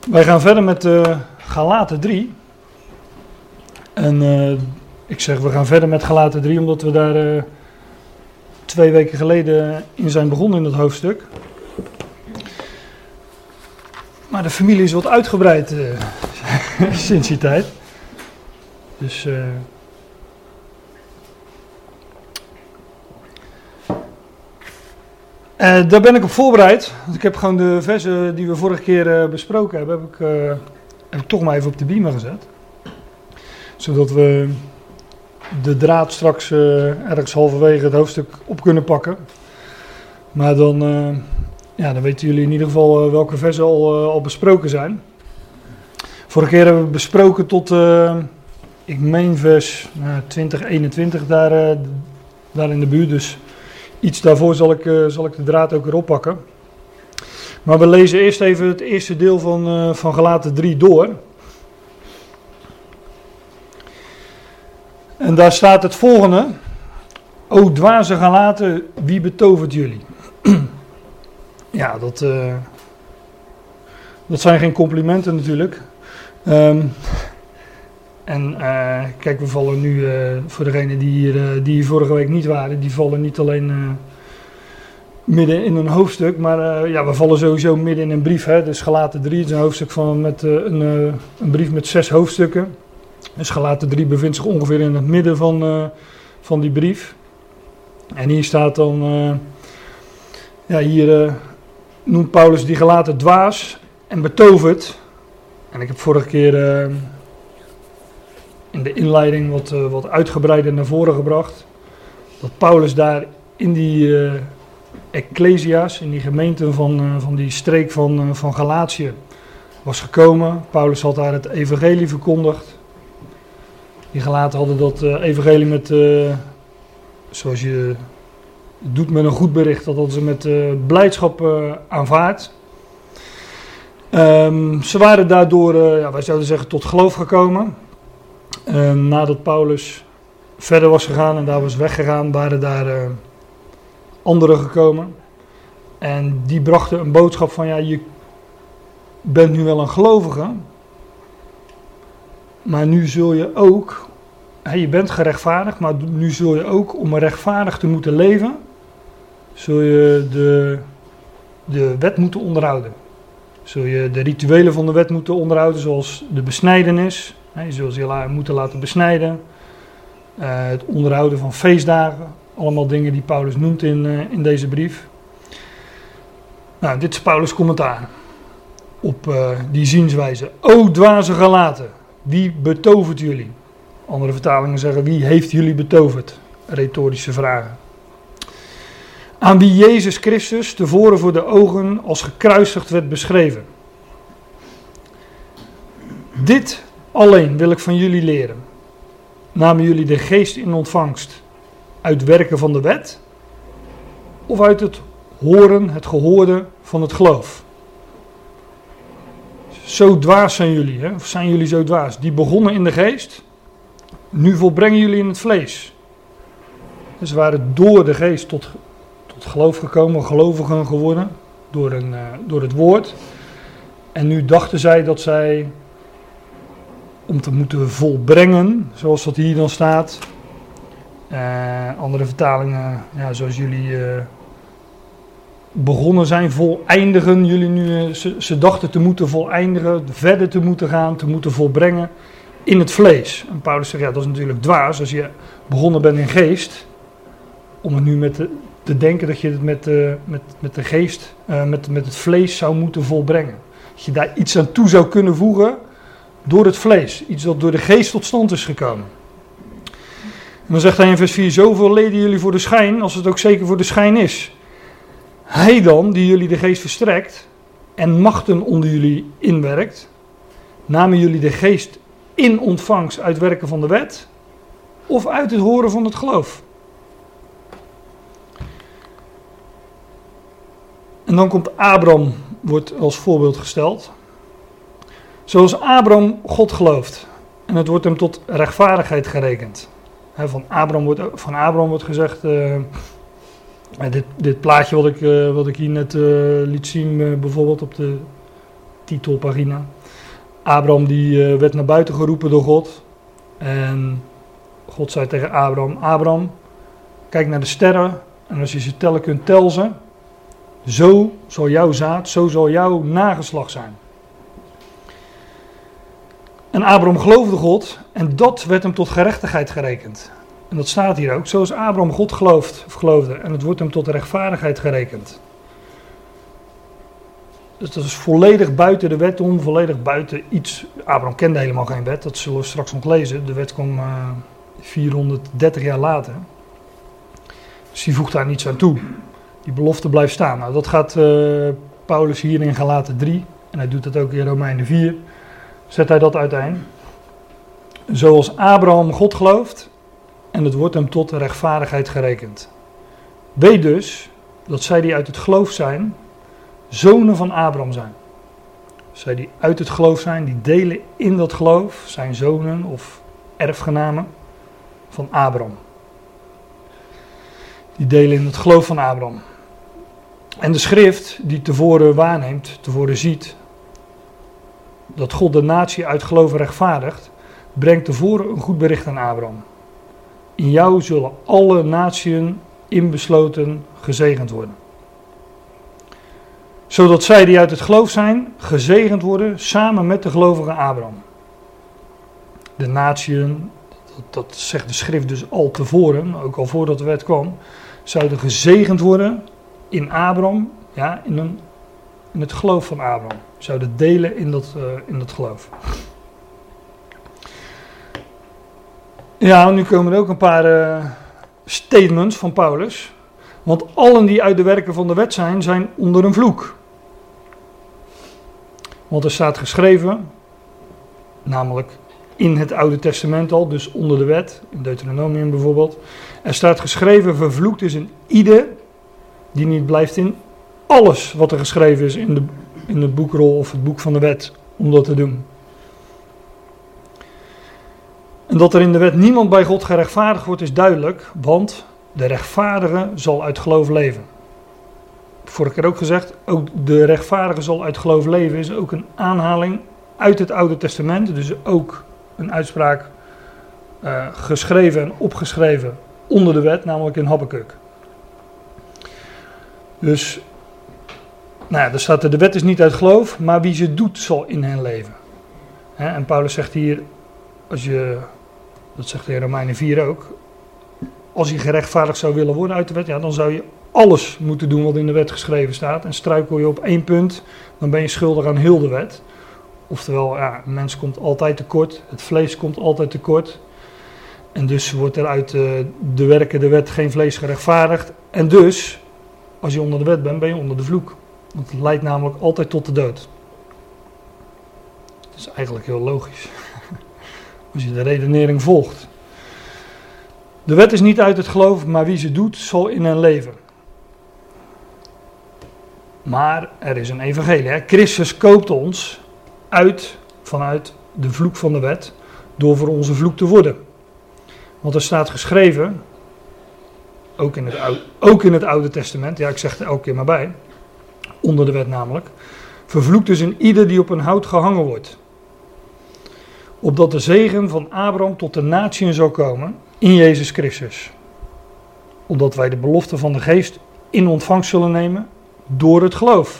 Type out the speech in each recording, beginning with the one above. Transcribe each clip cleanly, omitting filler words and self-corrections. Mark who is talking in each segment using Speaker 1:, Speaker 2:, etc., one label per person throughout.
Speaker 1: Wij gaan verder met Galaten 3. En ik zeg we gaan verder met Galaten 3 omdat we daar 2 weken geleden in zijn begonnen in dat hoofdstuk. Maar de familie is wat uitgebreid sinds die tijd. Dus daar ben ik op voorbereid. Want ik heb gewoon de versen die we vorige keer besproken hebben, heb ik toch maar even op de beamer gezet. Zodat we de draad straks ergens halverwege het hoofdstuk op kunnen pakken. Maar dan weten jullie in ieder geval welke versen al besproken zijn. Vorige keer hebben we besproken tot, ik meen vers 20, 21 daar in de buurt. Dus iets daarvoor zal ik de draad ook weer oppakken. Maar we lezen eerst even het eerste deel van Galaten 3 door. En daar staat het volgende. O dwaze Galaten, wie betovert jullie? Ja, dat zijn geen complimenten natuurlijk. Kijk, we vallen nu, voor degenen die hier vorige week niet waren, die vallen niet alleen midden in een hoofdstuk, maar we vallen sowieso midden in een brief. Hè? Dus Galaten 3 is een hoofdstuk met een brief met 6 hoofdstukken. Dus Galaten 3 bevindt zich ongeveer in het midden van die brief. En hier staat dan, noemt Paulus die Galaten dwaas en betoverd. En ik heb vorige keer in de inleiding wat uitgebreider naar voren gebracht. Dat Paulus daar in die ecclesia's, in die gemeenten van die streek van Galatië was gekomen. Paulus had daar het evangelie verkondigd. Die Galaten hadden dat evangelie met, zoals je het doet met een goed bericht, dat hadden ze met blijdschap aanvaard. Ze waren daardoor, wij zouden zeggen, tot geloof gekomen. Nadat Paulus verder was gegaan en daar was weggegaan, waren daar anderen gekomen. En die brachten een boodschap van, je bent nu wel een gelovige, maar nu zul je ook, je bent gerechtvaardigd, maar nu zul je ook, om rechtvaardig te moeten leven, zul je de wet moeten onderhouden. Zul je de rituelen van de wet moeten onderhouden, zoals de besnijdenis. Je zult je moeten laten besnijden. Het onderhouden van feestdagen. Allemaal dingen die Paulus noemt in deze brief. Nou, dit is Paulus' commentaar op die zienswijze. O dwaze Galaten, wie betovert jullie? Andere vertalingen zeggen, wie heeft jullie betoverd? Retorische vragen. Aan wie Jezus Christus tevoren voor de ogen als gekruisigd werd beschreven. Dit alleen wil ik van jullie leren. Namen jullie de geest in ontvangst uit werken van de wet? Of uit het horen, het gehoorde van het geloof? Zo dwaas zijn jullie, hè? Of zijn jullie zo dwaas? Die begonnen in de geest, nu volbrengen jullie in het vlees. Dus ze waren door de geest tot geloof gekomen, gelovigen geworden, door het woord. En nu dachten zij dat zij, om te moeten volbrengen, zoals dat hier dan staat. Andere vertalingen, zoals jullie begonnen zijn, voleindigen. Jullie nu, ze dachten te moeten voleindigen, verder te moeten gaan, te moeten volbrengen in het vlees. En Paulus zegt, dat is natuurlijk dwaas als je begonnen bent in geest, om het nu te denken dat je het met de geest, met het vlees zou moeten volbrengen. Dat je daar iets aan toe zou kunnen voegen door het vlees. Iets dat door de geest tot stand is gekomen. En dan zegt hij in vers 4, zoveel leden jullie voor de schijn, als het ook zeker voor de schijn is. Hij dan, die jullie de geest verstrekt en machten onder jullie inwerkt, namen jullie de geest in ontvangst uit werken van de wet of uit het horen van het geloof? En dan komt Abraham, wordt als voorbeeld gesteld. Zoals Abraham God gelooft. En het wordt hem tot rechtvaardigheid gerekend. Van Abraham wordt gezegd, dit plaatje wat ik hier net liet zien, bijvoorbeeld titelpagina. Abraham die werd naar buiten geroepen door God. En God zei tegen Abraham, Abraham, kijk naar de sterren. En als je ze tellen kunt, tel ze. Zo zal jouw zaad, zo zal jouw nageslacht zijn. En Abraham geloofde God en dat werd hem tot gerechtigheid gerekend. En dat staat hier ook. Zoals Abraham God geloofde en het wordt hem tot rechtvaardigheid gerekend. Dus dat is volledig buiten de wet om, volledig buiten iets. Abraham kende helemaal geen wet, dat zullen we straks nog lezen. De wet kwam 430 jaar later. Dus die voegt daar niets aan toe. Die belofte blijft staan. Nou, dat gaat Paulus hier in Galaten 3. En hij doet dat ook in Romeinen 4. Zet hij dat uiteen. Zoals Abraham God gelooft. En het wordt hem tot rechtvaardigheid gerekend. Weet dus dat zij die uit het geloof zijn, zonen van Abraham zijn. Zij die uit het geloof zijn, die delen in dat geloof, zijn zonen of erfgenamen van Abraham. Die delen in het geloof van Abraham. En de schrift die tevoren waarneemt, tevoren ziet, dat God de natie uit geloof rechtvaardigt, brengt tevoren een goed bericht aan Abraham. In jou zullen alle natieën inbesloten gezegend worden. Zodat zij die uit het geloof zijn, gezegend worden samen met de gelovige Abraham. De natieën, dat zegt de schrift dus al tevoren, ook al voordat de wet kwam, zouden gezegend worden in Abraham, ja, in het geloof van Abraham. Zouden delen in dat geloof. Ja, nu komen er ook een paar statements van Paulus. Want allen die uit de werken van de wet zijn onder een vloek. Want er staat geschreven, namelijk in het Oude Testament al, dus onder de wet, in Deuteronomium bijvoorbeeld. Er staat geschreven, vervloekt is een ieder die niet blijft in alles wat er geschreven is in de boekrol of het boek van de wet, om dat te doen. En dat er in de wet niemand bij God gerechtvaardigd wordt is duidelijk, want de rechtvaardige zal uit geloof leven. Vorige keer ook gezegd, ook de rechtvaardige zal uit geloof leven is ook een aanhaling uit het Oude Testament. Dus ook een uitspraak geschreven en opgeschreven onder de wet, namelijk in Habakuk. Dus, nou ja, er staat er, de wet is niet uit geloof, maar wie ze doet zal in hen leven. En Paulus zegt hier, dat zegt hij in Romeinen 4 ook, als je gerechtvaardigd zou willen worden uit de wet, ja, dan zou je alles moeten doen wat in de wet geschreven staat. En struikel je op 1 punt, dan ben je schuldig aan heel de wet. Oftewel, ja, een mens komt altijd tekort, het vlees komt altijd tekort. En dus wordt er uit de werken de wet geen vlees gerechtvaardigd. En dus, als je onder de wet bent, ben je onder de vloek. Want het leidt namelijk altijd tot de dood. Dat is eigenlijk heel logisch. Als je de redenering volgt. De wet is niet uit het geloof, maar wie ze doet, zal in hen leven. Maar er is een evangelie. Hè? Christus koopt ons uit vanuit de vloek van de wet, door voor onze vloek te worden. Want er staat geschreven, ook in het Oude Testament, ja, ik zeg er elke keer maar bij, onder de wet namelijk, vervloekt dus in ieder die op een hout gehangen wordt. Opdat de zegen van Abraham tot de natieën zou komen in Jezus Christus. Omdat wij de belofte van de geest in ontvangst zullen nemen door het geloof.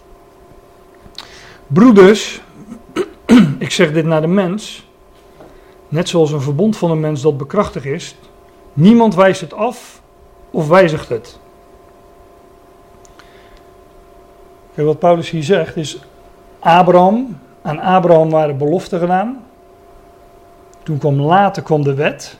Speaker 1: Broeders, ik zeg dit naar de mens, net zoals een verbond van een mens dat bekrachtigd is, niemand wijst het af of wijzigt het. Kijk, wat Paulus hier zegt is, aan Abraham waren beloften gedaan. Toen later kwam de wet.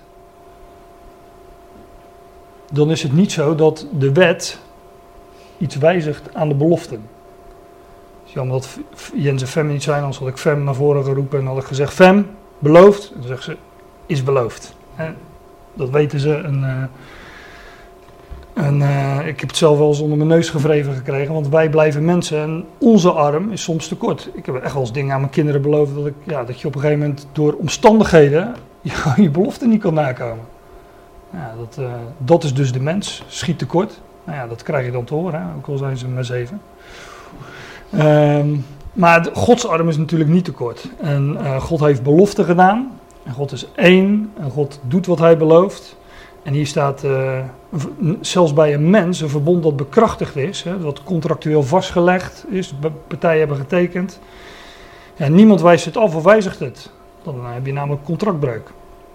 Speaker 1: Dan is het niet zo dat de wet iets wijzigt aan de beloften. Het is jammer dat Jens en Fem niet zijn, anders had ik Fem naar voren geroepen en had ik gezegd, Fem, beloofd? En dan zegt ze, is beloofd. Dat weten ze. Ik heb het zelf wel eens onder mijn neus gevreven gekregen, want wij blijven mensen en onze arm is soms te kort. Ik heb echt wel eens dingen aan mijn kinderen beloofd dat je op een gegeven moment door omstandigheden je belofte niet kan nakomen. Ja, dat is dus de mens, schiet tekort. Nou ja, dat krijg je dan te horen, hè? Ook al zijn ze maar 7. Maar Gods arm is natuurlijk niet te kort. En God heeft beloften gedaan. En God is één. En God doet wat hij belooft. En hier staat zelfs bij een mens een verbond dat bekrachtigd is. Hè, wat contractueel vastgelegd is. Partijen hebben getekend. Ja, niemand wijst het af of wijzigt het. Dan heb je namelijk contractbreuk.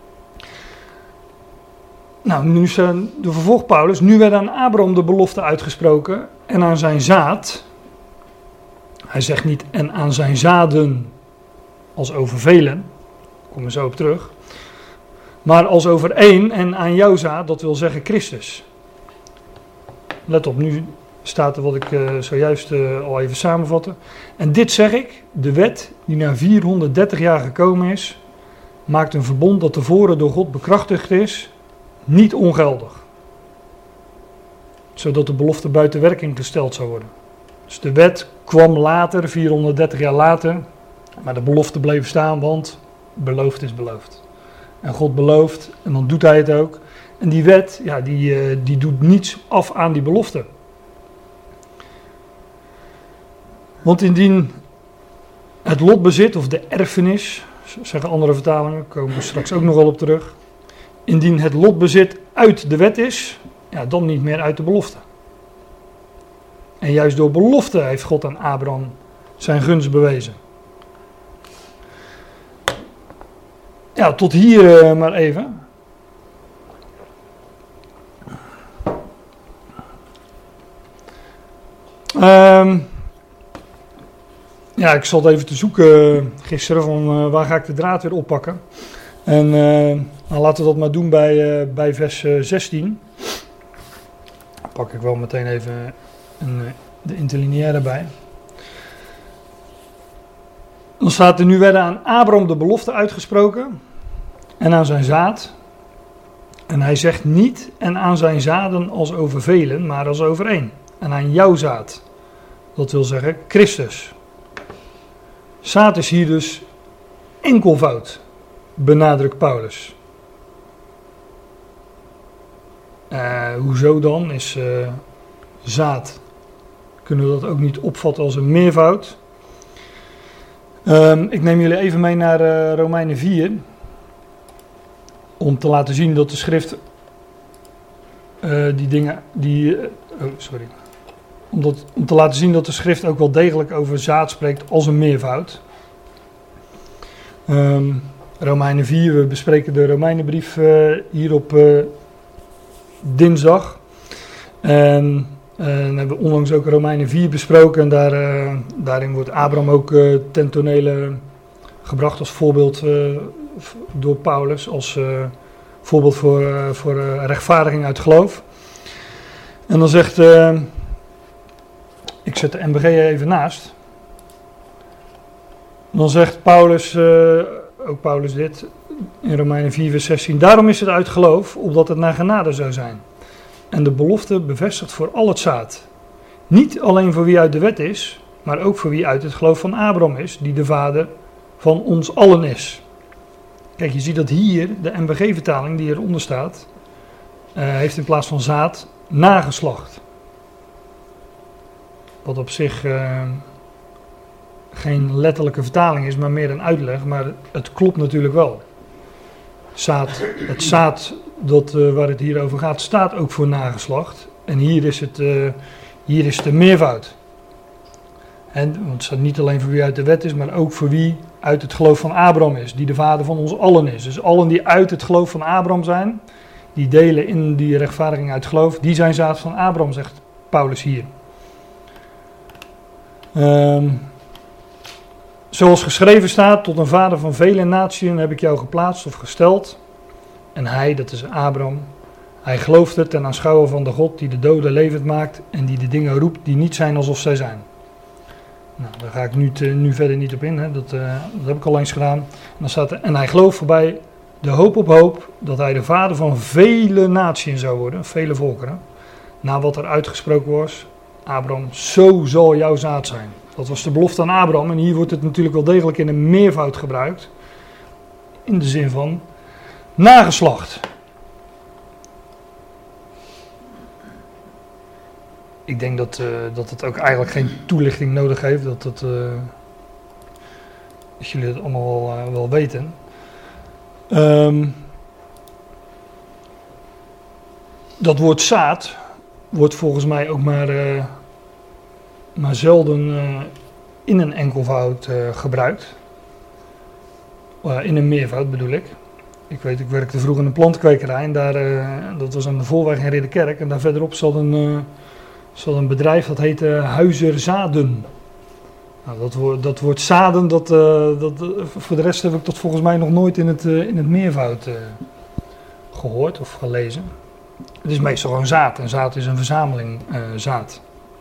Speaker 1: Nou, nu is de vervolg Paulus. Nu werd aan Abraham de belofte uitgesproken. En aan zijn zaad. Hij zegt niet en aan zijn zaden als over velen. Daar komen we zo op terug. Maar als over één en aan jouw zaad, dat wil zeggen Christus. Let op, nu staat er wat ik zojuist al even samenvatte. En dit zeg ik, de wet die na 430 jaar gekomen is, maakt een verbond dat tevoren door God bekrachtigd is, niet ongeldig. Zodat de belofte buiten werking gesteld zou worden. Dus de wet kwam later, 430 jaar later, maar de belofte bleef staan, want beloofd is beloofd. En God belooft, en dan doet hij het ook. En die wet, ja, die doet niets af aan die belofte. Want indien het lotbezit of de erfenis, zeggen andere vertalingen, komen we straks ook nog wel op terug. Indien het lotbezit uit de wet is, ja, dan niet meer uit de belofte. En juist door belofte heeft God aan Abraham zijn gunst bewezen. Ja, tot hier maar even. Ja, ik zat even te zoeken gisteren van waar ga ik de draad weer oppakken. En nou, laten we dat maar doen bij vers 16. Dan pak ik wel meteen even de interlineaire bij. Dan staat er: nu werden aan Abraham de belofte uitgesproken en aan zijn zaad. En hij zegt niet en aan zijn zaden als over velen, maar als over één. En aan jouw zaad. Dat wil zeggen Christus. Zaad is hier dus enkelvoud, benadrukt Paulus. Hoezo dan? Is zaad. Kunnen we dat ook niet opvatten als een meervoud? Ik neem jullie even mee naar Romeinen 4. Om te laten zien dat de schrift om te laten zien dat de schrift ook wel degelijk over zaad spreekt als een meervoud. Romeinen 4, we bespreken de Romeinenbrief hier op dinsdag. En dan hebben we onlangs ook Romeinen 4 besproken. En daarin wordt Abraham ook ten tonele gebracht als voorbeeld door Paulus. Als voorbeeld voor rechtvaardiging uit geloof. En dan zegt, ik zet de MBG even naast. Dan zegt Paulus, ook Paulus dit, in Romeinen 4 vers 16. Daarom is het uit geloof, opdat het naar genade zou zijn. En de belofte bevestigt voor al het zaad. Niet alleen voor wie uit de wet is, maar ook voor wie uit het geloof van Abraham is, die de vader van ons allen is. Kijk, je ziet dat hier, de MBG-vertaling die eronder staat, heeft in plaats van zaad nageslacht. Wat op zich geen letterlijke vertaling is, maar meer een uitleg. Maar het klopt natuurlijk wel. Het zaad waar het hier over gaat, staat ook voor nageslacht. En hier is de meervoud. Want het staat niet alleen voor wie uit de wet is, maar ook voor wie uit het geloof van Abraham is. Die de vader van ons allen is. Dus allen die uit het geloof van Abraham zijn, die delen in die rechtvaardiging uit geloof, die zijn zaad van Abraham, zegt Paulus hier. Zoals geschreven staat, tot een vader van vele natieën heb ik jou geplaatst of gesteld. En hij, dat is Abraham, hij geloofde ten aanschouwen van de God die de doden levend maakt en die de dingen roept die niet zijn alsof zij zijn. Nou, daar ga ik nu verder niet op in, hè. Dat heb ik al eens gedaan. En dan staat er, en hij gelooft voorbij de hoop op hoop dat hij de vader van vele natieën zou worden, vele volkeren. Na wat er uitgesproken was, Abraham, zo zal jouw zaad zijn. Dat was de belofte aan Abraham en hier wordt het natuurlijk wel degelijk in een meervoud gebruikt. In de zin van nageslacht. Ik denk dat het ook eigenlijk geen toelichting nodig heeft. dat jullie het allemaal wel weten. Dat woord zaad wordt volgens mij ook maar zelden in een enkelvoud gebruikt. In een meervoud bedoel ik. Ik werkte vroeger in een plantenkwekerij en dat was aan de Volweg in Ridderkerk. En daar verderop zat een bedrijf dat heette Huizer Zaden. Nou, dat woord zaden, voor de rest heb ik dat volgens mij nog nooit in het meervoud gehoord of gelezen. Het is meestal gewoon zaad. En zaad is een verzameling zaad.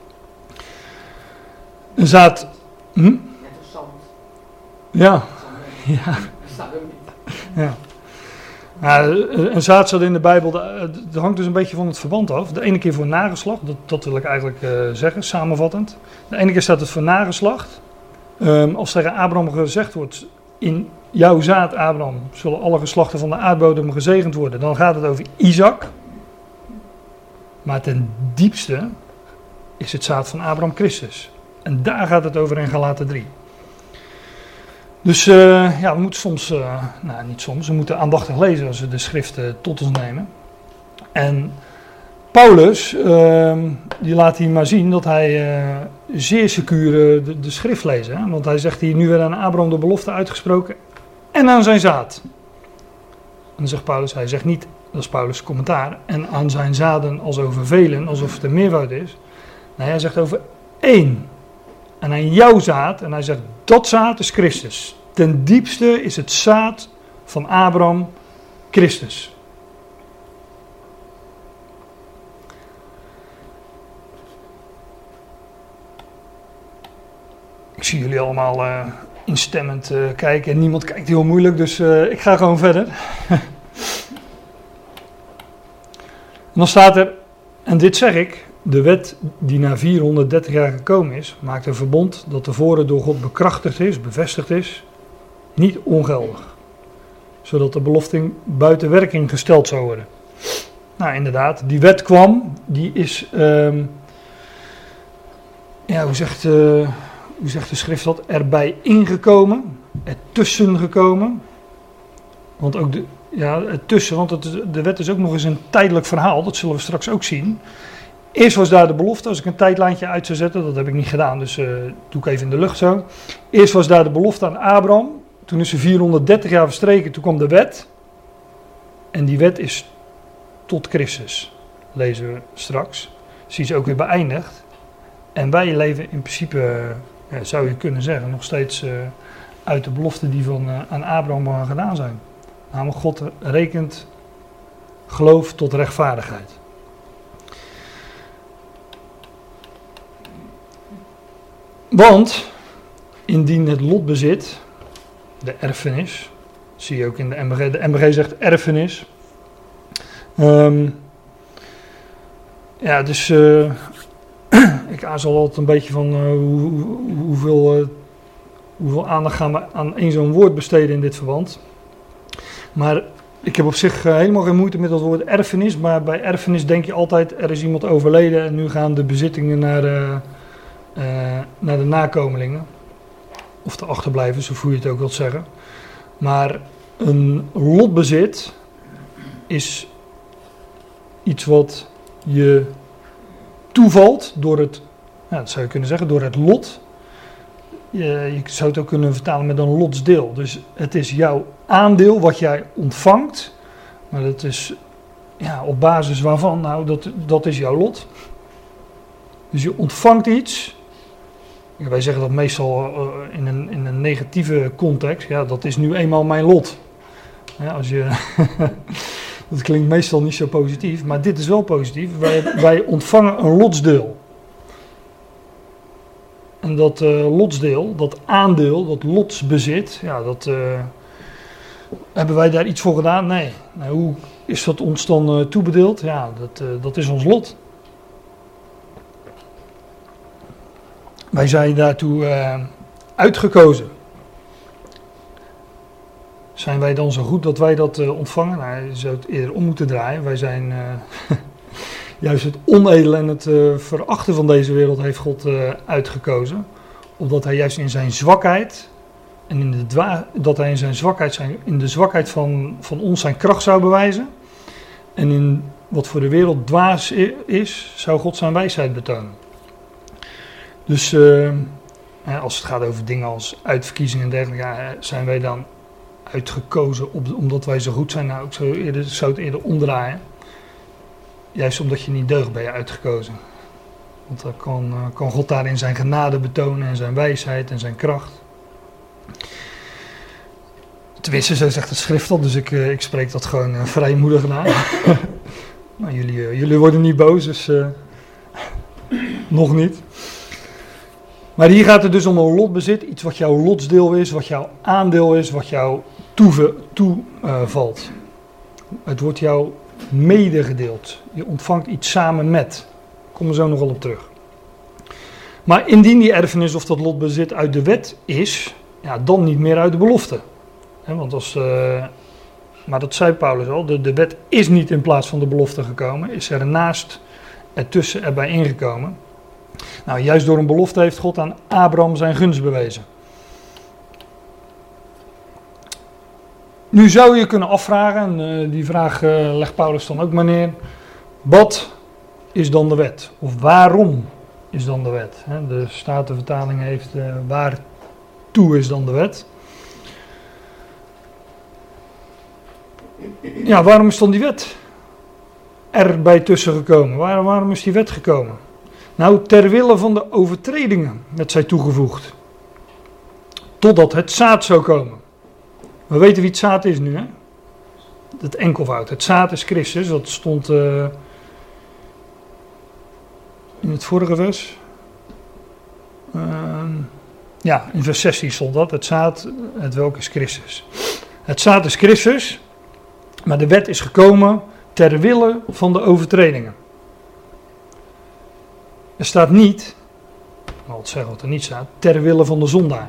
Speaker 1: Een zaad...
Speaker 2: Net als zand.
Speaker 1: Ja. Ja. Ja. Een zaad staat in de Bijbel, dat hangt dus een beetje van het verband af. De ene keer voor nageslacht, dat wil ik eigenlijk zeggen, samenvattend. De ene keer staat het voor nageslacht. Als tegen Abraham gezegd wordt, in jouw zaad Abraham zullen alle geslachten van de aardbodem gezegend worden. Dan gaat het over Isaac. Maar ten diepste is het zaad van Abraham Christus. En daar gaat het over in Galaten 3. Dus we moeten soms, niet soms, we moeten aandachtig lezen als we de schrift tot ons nemen. En Paulus, die laat hier maar zien dat hij zeer secuur de schrift leest. Hè? Want hij zegt hier, nu werd aan Abraham de belofte uitgesproken en aan zijn zaad. En dan zegt Paulus, hij zegt niet, dat is Paulus' commentaar, en aan zijn zaden als over velen, alsof het een meervoud is. Nee, hij zegt over één. En aan jouw zaad, en hij zegt, dat zaad is Christus. Ten diepste is het zaad van Abraham Christus. Ik zie jullie allemaal instemmend kijken en niemand kijkt heel moeilijk, dus ik ga gewoon verder. En dan staat er, en dit zeg ik, de wet die na 430 jaar gekomen is, maakt een verbond dat tevoren door God bekrachtigd is, bevestigd is, niet ongeldig. Zodat de belofte buiten werking gesteld zou worden. Nou inderdaad, die wet kwam, die is, hoe zegt de schrift dat, erbij ingekomen, ertussen gekomen. Want ook ertussen, want de wet is ook nog eens een tijdelijk verhaal, dat zullen we straks ook zien. Eerst was daar de belofte, als ik een tijdlijntje uit zou zetten, dat heb ik niet gedaan, dus doe ik even in de lucht zo. Eerst was daar de belofte aan Abraham, toen is er 430 jaar verstreken, toen kwam de wet. En die wet is tot Christus, lezen we straks. Dus die is ook weer beëindigd. En wij leven in principe, zou je kunnen zeggen, nog steeds uit de beloften die aan Abraham gedaan zijn. Namelijk God rekent geloof tot rechtvaardigheid. Want indien het lotbezit, de erfenis, zie je ook in de MBG, de MBG zegt erfenis. Dus ik aarzel altijd een beetje van hoeveel aandacht gaan we aan één zo'n woord besteden in dit verband. Maar ik heb op zich helemaal geen moeite met dat woord erfenis, maar bij erfenis denk je altijd, er is iemand overleden en nu gaan de bezittingen naar de nakomelingen. Of de achterblijvers, of hoe je het ook wilt zeggen. Maar een lotbezit is iets wat je toevalt door het, dat zou je kunnen zeggen, door het lot. Je zou het ook kunnen vertalen met een lotsdeel. Dus het is jouw aandeel wat jij ontvangt. Maar dat is op basis waarvan, nou dat is jouw lot. Dus je ontvangt iets. Wij zeggen dat meestal in een negatieve context. Ja, dat is nu eenmaal mijn lot. Ja, dat klinkt meestal niet zo positief, maar dit is wel positief. Wij ontvangen een lotsdeel. En dat lotsdeel, dat aandeel, dat lotsbezit, hebben wij daar iets voor gedaan? Nee. Nou, hoe is dat ons dan toebedeeld? Ja, dat is ons lot. Wij zijn daartoe uitgekozen. Zijn wij dan zo goed dat wij dat ontvangen? Nou, je zou het eerder om moeten draaien. Wij zijn juist het onedele en het verachten van deze wereld heeft God uitgekozen. Omdat hij juist in zijn zwakheid En dat hij in zijn zwakheid, in de zwakheid van ons zijn kracht zou bewijzen. En in wat voor de wereld dwaas is, zou God zijn wijsheid betonen. Dus als het gaat over dingen als uitverkiezingen en dergelijke, zijn wij dan uitgekozen omdat wij zo goed zijn? Nou, ik zou het eerder omdraaien. Juist omdat je niet deugt ben je uitgekozen. Want dan kan God daarin zijn genade betonen en zijn wijsheid en zijn kracht. Tenminste, zo zegt de schrift al, dus ik spreek dat gewoon vrijmoedig na. Nou, jullie worden niet boos, dus nog niet. Maar hier gaat het dus om een lotbezit, iets wat jouw lotsdeel is, wat jouw aandeel is, wat jou toevalt. Het wordt jou medegedeeld. Je ontvangt iets samen met. Ik kom er zo nog wel op terug. Maar indien die erfenis of dat lotbezit uit de wet is, ja, dan niet meer uit de belofte. Want maar dat zei Paulus al, de wet is niet in plaats van de belofte gekomen, is ernaast, ertussen, erbij ingekomen. Nou, juist door een belofte heeft God aan Abraham zijn gunst bewezen. Nu zou je kunnen afvragen, en die vraag legt Paulus dan ook maar neer, wat is dan de wet? Of waarom is dan de wet? De Statenvertaling heeft waartoe is dan de wet? Ja, waarom is dan die wet erbij tussen gekomen? Waarom is die wet gekomen? Nou, ter wille van de overtredingen werd zij toegevoegd. Totdat het zaad zou komen. We weten wie het zaad is nu, hè? Het enkelvoud. Het zaad is Christus. Dat stond in het vorige vers. In vers 16 stond dat. Het zaad, het welk is Christus. Het zaad is Christus. Maar de wet is gekomen ter wille van de overtredingen. Er staat niet, maar wat zeggen wat er niet staat, ter wille van de zondaar.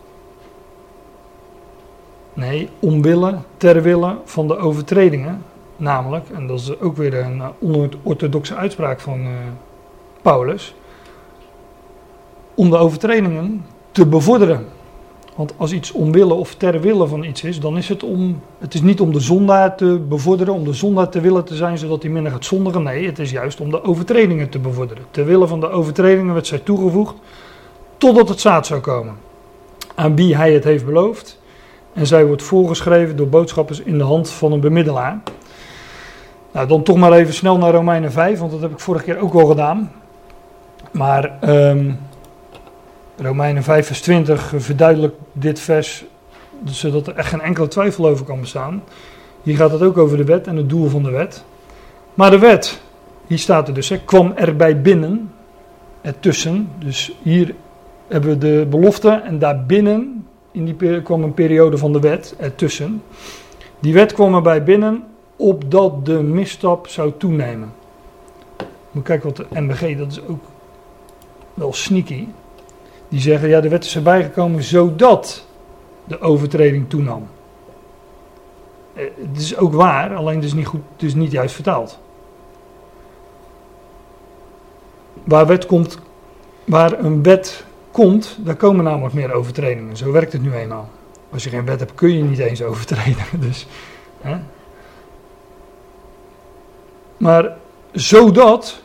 Speaker 1: Nee, omwille, ter wille van de overtredingen. Namelijk, en dat is ook weer een onorthodoxe uitspraak van Paulus, om de overtredingen te bevorderen. Want als iets omwille of ter wille van iets is, dan is het het is niet om de zondaar te bevorderen, om de zondaar te willen te zijn, zodat hij minder gaat zondigen. Nee, het is juist om de overtredingen te bevorderen. Ter wille van de overtredingen werd zij toegevoegd, totdat het zaad zou komen. Aan wie hij het heeft beloofd. En zij wordt voorgeschreven door boodschappers in de hand van een bemiddelaar. Nou, dan toch maar even snel naar Romeinen 5, want dat heb ik vorige keer ook al gedaan. Maar Romeinen 5 vers 20 verduidelijkt dit vers, zodat er echt geen enkele twijfel over kan bestaan. Hier gaat het ook over de wet en het doel van de wet. Maar de wet, hier staat er dus, kwam erbij binnen, ertussen. Dus hier hebben we de belofte en daarbinnen kwam een periode van de wet ertussen. Die wet kwam erbij binnen, opdat de misstap zou toenemen. Moet kijken wat de MBG, dat is ook wel sneaky. Die zeggen, ja, de wet is erbij gekomen zodat de overtreding toenam. Het is ook waar, alleen het is niet goed, het is niet juist vertaald. Waar een wet komt, daar komen namelijk meer overtredingen. Zo werkt het nu eenmaal. Als je geen wet hebt, kun je niet eens overtreden. Dus, hè? Maar zodat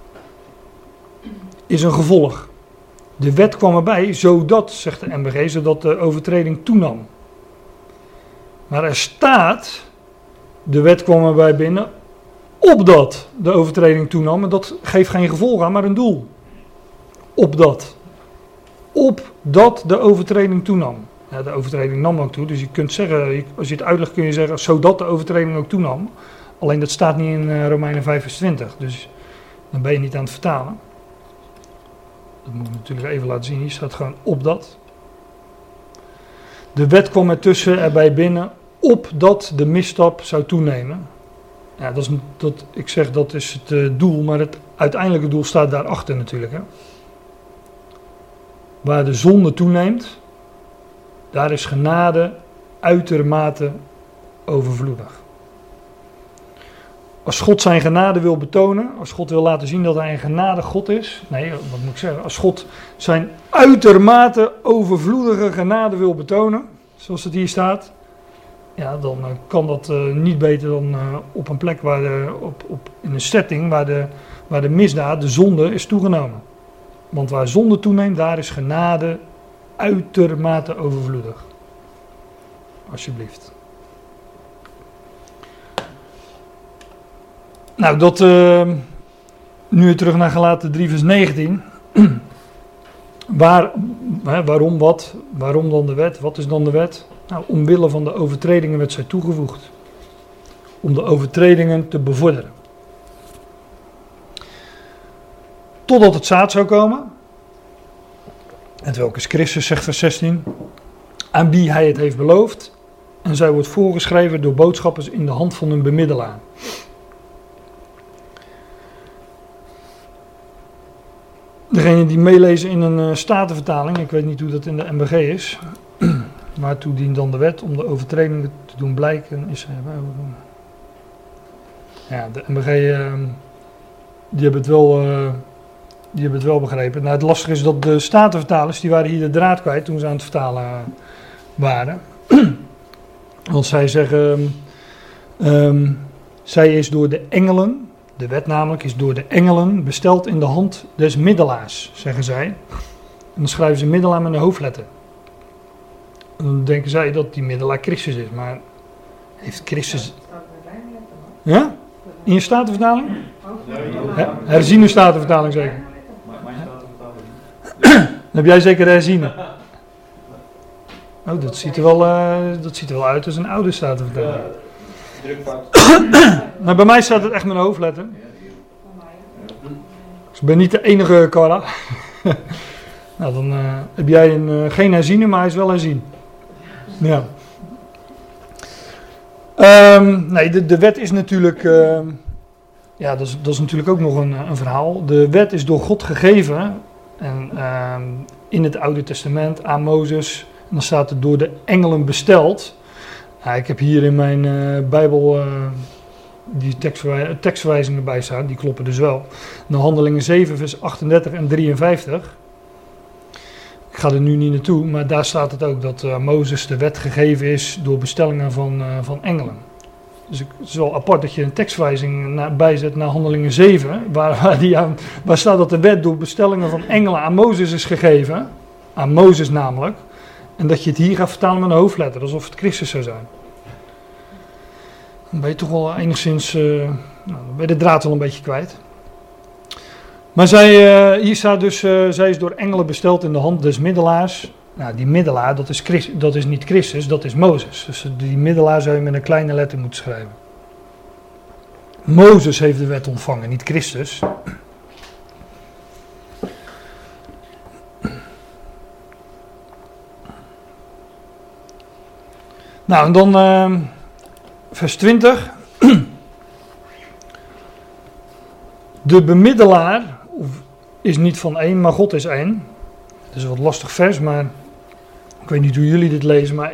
Speaker 1: is een gevolg. De wet kwam erbij, zodat, zegt de MBG, zodat de overtreding toenam. Maar er staat, de wet kwam erbij binnen, opdat de overtreding toenam. En dat geeft geen gevolg aan, maar een doel. Opdat de overtreding toenam. Ja, de overtreding nam ook toe, dus je kunt zeggen, als je het uitlegt kun je zeggen, zodat de overtreding ook toenam. Alleen dat staat niet in Romeinen 5 vers 20, dus dan ben je niet aan het vertalen. Dat moet ik natuurlijk even laten zien. Hier staat gewoon opdat. De wet kwam erbij binnen, opdat de misstap zou toenemen. Ja, ik zeg dat is het doel, maar het uiteindelijke doel staat daarachter natuurlijk. Hè. Waar de zonde toeneemt, daar is genade uitermate overvloedig. Als God zijn genade wil betonen, als God wil laten zien dat hij een genade God is. Nee, wat moet ik zeggen? Als God zijn uitermate overvloedige genade wil betonen, zoals het hier staat. Ja, dan kan dat niet beter dan op een plek in een setting waar de misdaad, de zonde, is toegenomen. Want waar zonde toeneemt, daar is genade uitermate overvloedig. Alsjeblieft. Nou, nu weer terug naar Galaten 3 vers 19. Waarom dan de wet? Wat is dan de wet? Nou, omwille van de overtredingen werd zij toegevoegd. Om de overtredingen te bevorderen. Totdat het zaad zou komen. En welke is Christus, zegt vers 16. Aan wie hij het heeft beloofd. En zij wordt voorgeschreven door boodschappers in de hand van een bemiddelaar. Degene die meelezen in een statenvertaling, ik weet niet hoe dat in de MBG is. Waartoe dient dan de wet om de overtredingen te doen blijken? Ja, de MBG, die hebben het wel begrepen. Nou, het lastige is dat de statenvertalers, die waren hier de draad kwijt toen ze aan het vertalen waren. Want zij zeggen, zij is door de engelen, de wet namelijk, is door de engelen besteld in de hand des middelaars, zeggen zij. En dan schrijven ze middelaar met een hoofdletter. En dan denken zij dat die middelaar Christus is, maar heeft Christus... Ja? In je statenvertaling? Herziene statenvertaling zeker. Dan heb jij zeker de herziene. Oh, dat ziet er wel uit als een oude statenvertaling. Nou, bij mij staat het echt met een hoofdletter. Dus ik ben niet de enige Cara. Nou, dan heb jij geen herziene, maar hij is wel herzien. Ja. Nee, de wet is natuurlijk... ja, dat is natuurlijk ook nog een verhaal. De wet is door God gegeven. En in het Oude Testament aan Mozes. En dan staat het door de engelen besteld. Ik heb hier in mijn Bijbel die tekstverwijzingen bij staan. Die kloppen dus wel. De Handelingen 7 vers 38 en 53. Ik ga er nu niet naartoe. Maar daar staat het ook dat Mozes de wet gegeven is door bestellingen van engelen. Dus het is wel apart dat je een tekstverwijzing bijzet naar Handelingen 7. Waar staat dat de wet door bestellingen van engelen aan Mozes is gegeven. Aan Mozes namelijk. En dat je het hier gaat vertalen met een hoofdletter. Alsof het Christus zou zijn. Dan ben je toch wel enigszins... dan ben je de draad wel een beetje kwijt. Maar hier staat dus... zij is door engelen besteld in de hand des middelaars. Nou, die middelaar, dat is niet Christus, dat is Mozes. Dus die middelaar zou je met een kleine letter moeten schrijven. Mozes heeft de wet ontvangen, niet Christus. Nou, en dan vers 20. De bemiddelaar is niet van één, maar God is één. Het is een wat lastig vers, maar ik weet niet hoe jullie dit lezen, maar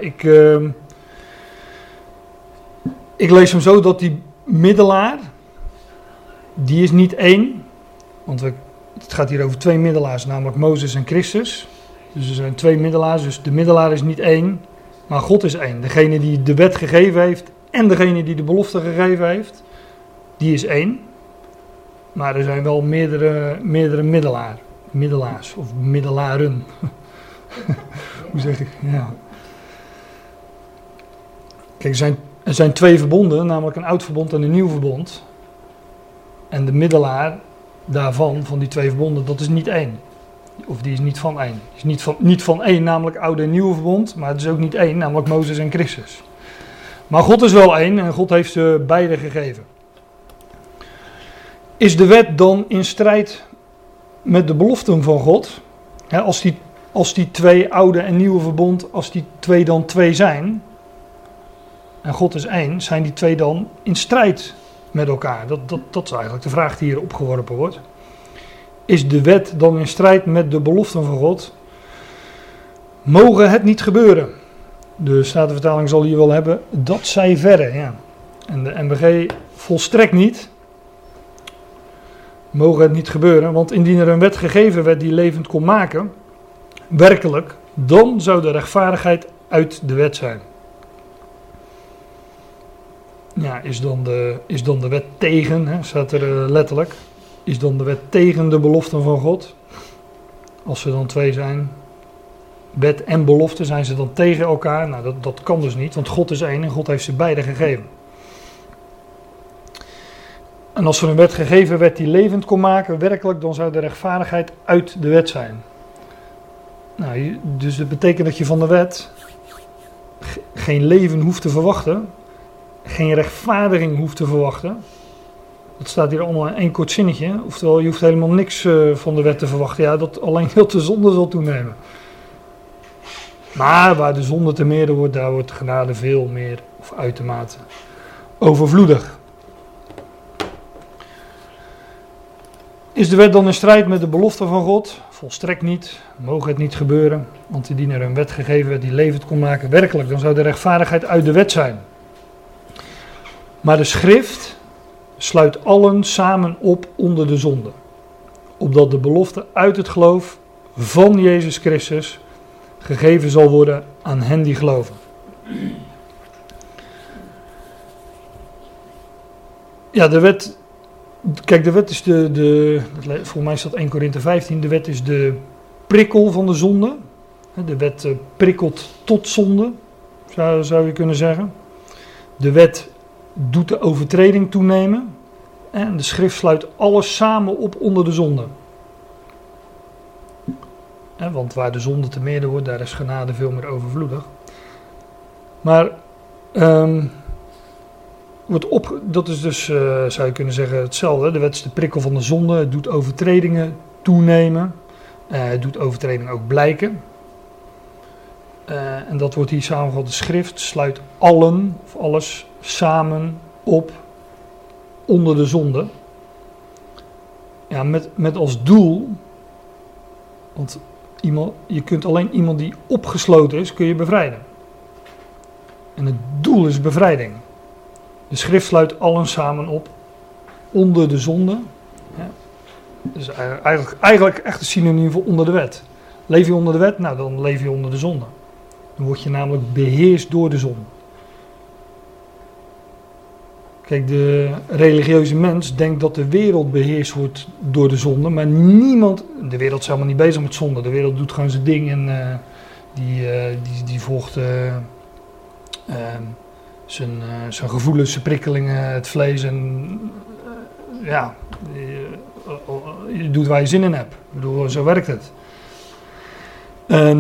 Speaker 1: ik lees hem zo dat die middelaar, die is niet één. Want het gaat hier over twee middelaars, namelijk Mozes en Christus. Dus er zijn twee middelaars, dus de middelaar is niet één. Maar God is één. Degene die de wet gegeven heeft en degene die de belofte gegeven heeft, die is één. Maar er zijn wel meerdere middelaars of middelaren. Hoe zeg ik? Ja. Kijk, er zijn twee verbonden, namelijk een oud verbond en een nieuw verbond. En de middelaar daarvan, van die twee verbonden, dat is niet één. Of die is niet van één. Die is niet van één, namelijk oude en nieuwe verbond. Maar het is ook niet één, namelijk Mozes en Christus. Maar God is wel één en God heeft ze beide gegeven. Is de wet dan in strijd met de beloften van God? Als die twee oude en nieuwe verbond, als die twee dan twee zijn, en God is één, zijn die twee dan in strijd met elkaar? Dat is eigenlijk de vraag die hier opgeworpen wordt. Is de wet dan in strijd met de beloften van God? Mogen het niet gebeuren? De Statenvertaling zal hier wel hebben, dat zij verre. Ja. En de NBG volstrekt niet. Mogen het niet gebeuren, want indien er een wet gegeven werd die levend kon maken, werkelijk, dan zou de rechtvaardigheid uit de wet zijn. Ja, is dan de wet tegen, hè, staat er letterlijk, is dan de wet tegen de beloften van God? Als ze dan twee zijn, wet en belofte, zijn ze dan tegen elkaar? Nou, dat kan dus niet, want God is één en God heeft ze beide gegeven. En als er een wet gegeven werd die levend kon maken, werkelijk, dan zou de rechtvaardigheid uit de wet zijn. Nou, dus dat betekent dat je van de wet geen leven hoeft te verwachten, geen rechtvaardiging hoeft te verwachten. Dat staat hier allemaal in één kort zinnetje. Oftewel, je hoeft helemaal niks van de wet te verwachten. Ja, dat alleen heel de zonde zal toenemen. Maar waar de zonde te meerder wordt, daar wordt de genade veel meer of uitermate overvloedig. Is de wet dan in strijd met de belofte van God? Volstrekt niet. Mogen het niet gebeuren. Want indien er een wet gegeven werd die levend kon maken, werkelijk, dan zou de rechtvaardigheid uit de wet zijn. Maar de schrift sluit allen samen op onder de zonde. Opdat de belofte uit het geloof van Jezus Christus gegeven zal worden aan hen die geloven. Ja, de wet. Kijk, de wet is volgens mij staat 1 Korinthe 15, de wet is de prikkel van de zonde. De wet prikkelt tot zonde, zou je kunnen zeggen. De wet doet de overtreding toenemen. En de schrift sluit alles samen op onder de zonde. Want waar de zonde te meerder wordt, daar is genade veel meer overvloedig. Maar dat is dus, zou je kunnen zeggen, hetzelfde. De wet is de prikkel van de zonde. Het doet overtredingen toenemen. Het doet overtredingen ook blijken. En dat wordt hier samengevat. De schrift sluit allen, of alles, samen op onder de zonde. Ja, met als doel, want je kunt alleen iemand die opgesloten is, kun je bevrijden. En het doel is bevrijding. De schrift sluit allen samen op onder de zonde. Ja. Dus eigenlijk echt een synoniem voor onder de wet. Leef je onder de wet? Nou, dan leef je onder de zonde. Dan word je namelijk beheerst door de zonde. Kijk, de religieuze mens denkt dat de wereld beheerst wordt door de zonde, maar de wereld is helemaal niet bezig met zonde. De wereld doet gewoon zijn ding en die volgt zijn gevoelens, zijn prikkelingen, het vlees en je doet waar je zin in hebt. Ik bedoel, zo werkt het. En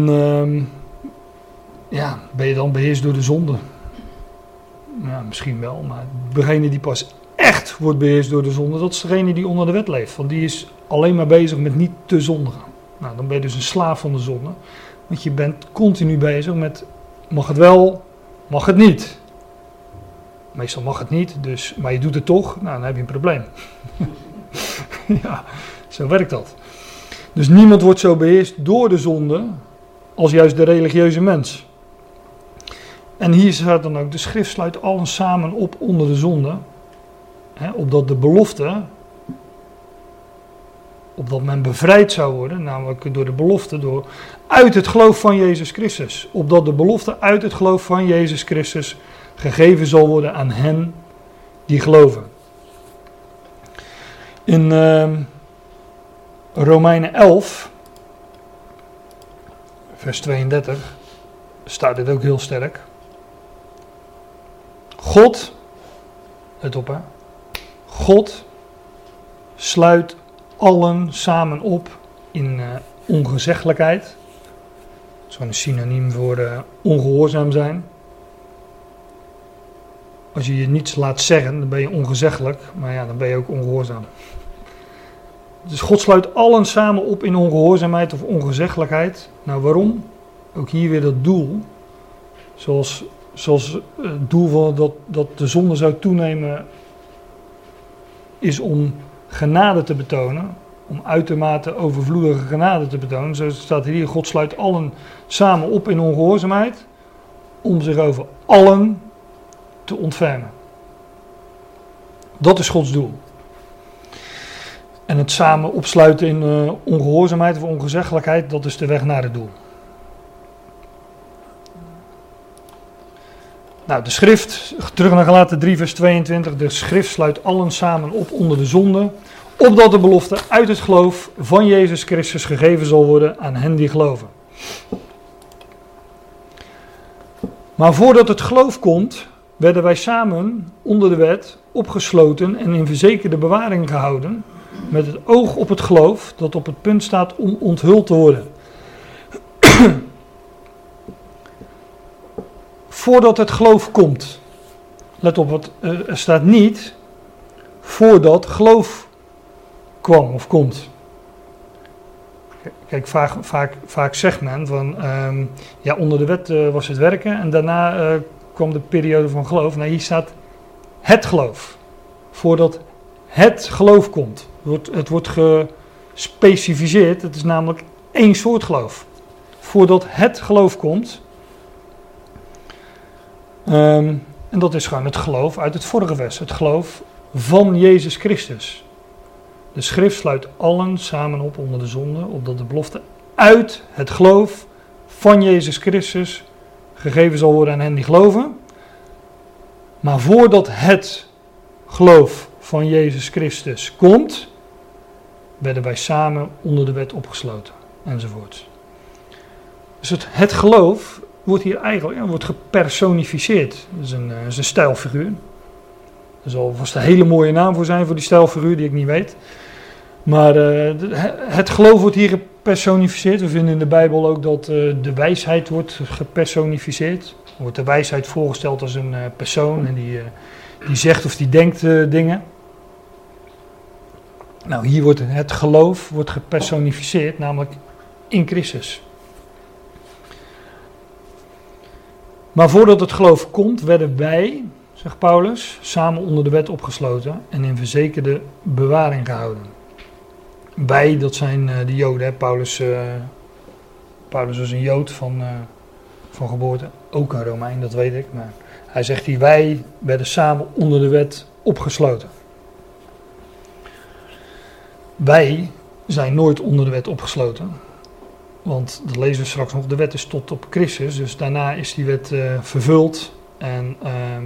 Speaker 1: ben je dan beheerst door de zonde? Ja, misschien wel, maar degene die pas echt wordt beheerst door de zonde, dat is degene die onder de wet leeft. Want die is alleen maar bezig met niet te zondigen. Nou, dan ben je dus een slaaf van de zonde. Want je bent continu bezig met, mag het wel, mag het niet. Meestal mag het niet, maar je doet het toch, nou dan heb je een probleem. Ja, zo werkt dat. Dus niemand wordt zo beheerst door de zonde als juist de religieuze mens. En hier staat dan ook, de schrift sluit allen samen op onder de zonde. Opdat de belofte, opdat men bevrijd zou worden, namelijk door de belofte, uit het geloof van Jezus Christus. Opdat de belofte uit het geloof van Jezus Christus gegeven zal worden aan hen die geloven. In Romeinen 11, vers 32, staat dit ook heel sterk. God, let op hè, God sluit allen samen op in ongezeggelijkheid. Dat is gewoon een synoniem voor ongehoorzaam zijn. Als je niets laat zeggen, dan ben je ongezeggelijk, maar ja, dan ben je ook ongehoorzaam. Dus God sluit allen samen op in ongehoorzaamheid of ongezeggelijkheid. Nou, waarom? Ook hier weer dat doel. Zoals het doel van dat de zonde zou toenemen is om genade te betonen. Om uitermate overvloedige genade te betonen. Zo staat hier, God sluit allen samen op in ongehoorzaamheid. Om zich over allen te ontfermen. Dat is Gods doel. En het samen opsluiten in ongehoorzaamheid of ongezeggelijkheid, dat is de weg naar het doel. Nou, de schrift, terug naar Galaten 3 vers 22, de schrift sluit allen samen op onder de zonde, opdat de belofte uit het geloof van Jezus Christus gegeven zal worden aan hen die geloven. Maar voordat het geloof komt, werden wij samen onder de wet opgesloten en in verzekerde bewaring gehouden, met het oog op het geloof dat op het punt staat om onthuld te worden. Voordat het geloof komt. Let op, er staat niet voordat geloof kwam of komt. Kijk, vaak zegt men van, onder de wet was het werken en daarna kwam de periode van geloof. Nee, hier staat het geloof. Voordat het geloof komt. Het wordt gespecificeerd, het is namelijk één soort geloof. Voordat het geloof komt. En dat is gewoon het geloof uit het vorige vers. Het geloof van Jezus Christus. De schrift sluit allen samen op onder de zonde, opdat de belofte uit het geloof van Jezus Christus gegeven zal worden aan hen die geloven. Maar voordat het geloof van Jezus Christus komt, werden wij samen onder de wet opgesloten, enzovoort. Dus het geloof wordt hier eigenlijk wordt gepersonificeerd. Dat is een stijlfiguur. Er zal vast een hele mooie naam voor zijn voor die stijlfiguur die ik niet weet. Maar het geloof wordt hier gepersonificeerd. We vinden in de Bijbel ook dat de wijsheid wordt gepersonificeerd. Er wordt de wijsheid voorgesteld als een persoon en die zegt of die denkt dingen. Nou, hier wordt het geloof gepersonificeerd, namelijk in Christus. Maar voordat het geloof komt, werden wij, zegt Paulus, samen onder de wet opgesloten en in verzekerde bewaring gehouden. Wij, dat zijn de Joden. Hè? Paulus was een Jood van geboorte, ook een Romein, dat weet ik. Maar hij zegt hier, wij werden samen onder de wet opgesloten. Wij zijn nooit onder de wet opgesloten. Want dat lezen we straks nog, de wet is tot op Christus, dus daarna is die wet vervuld. En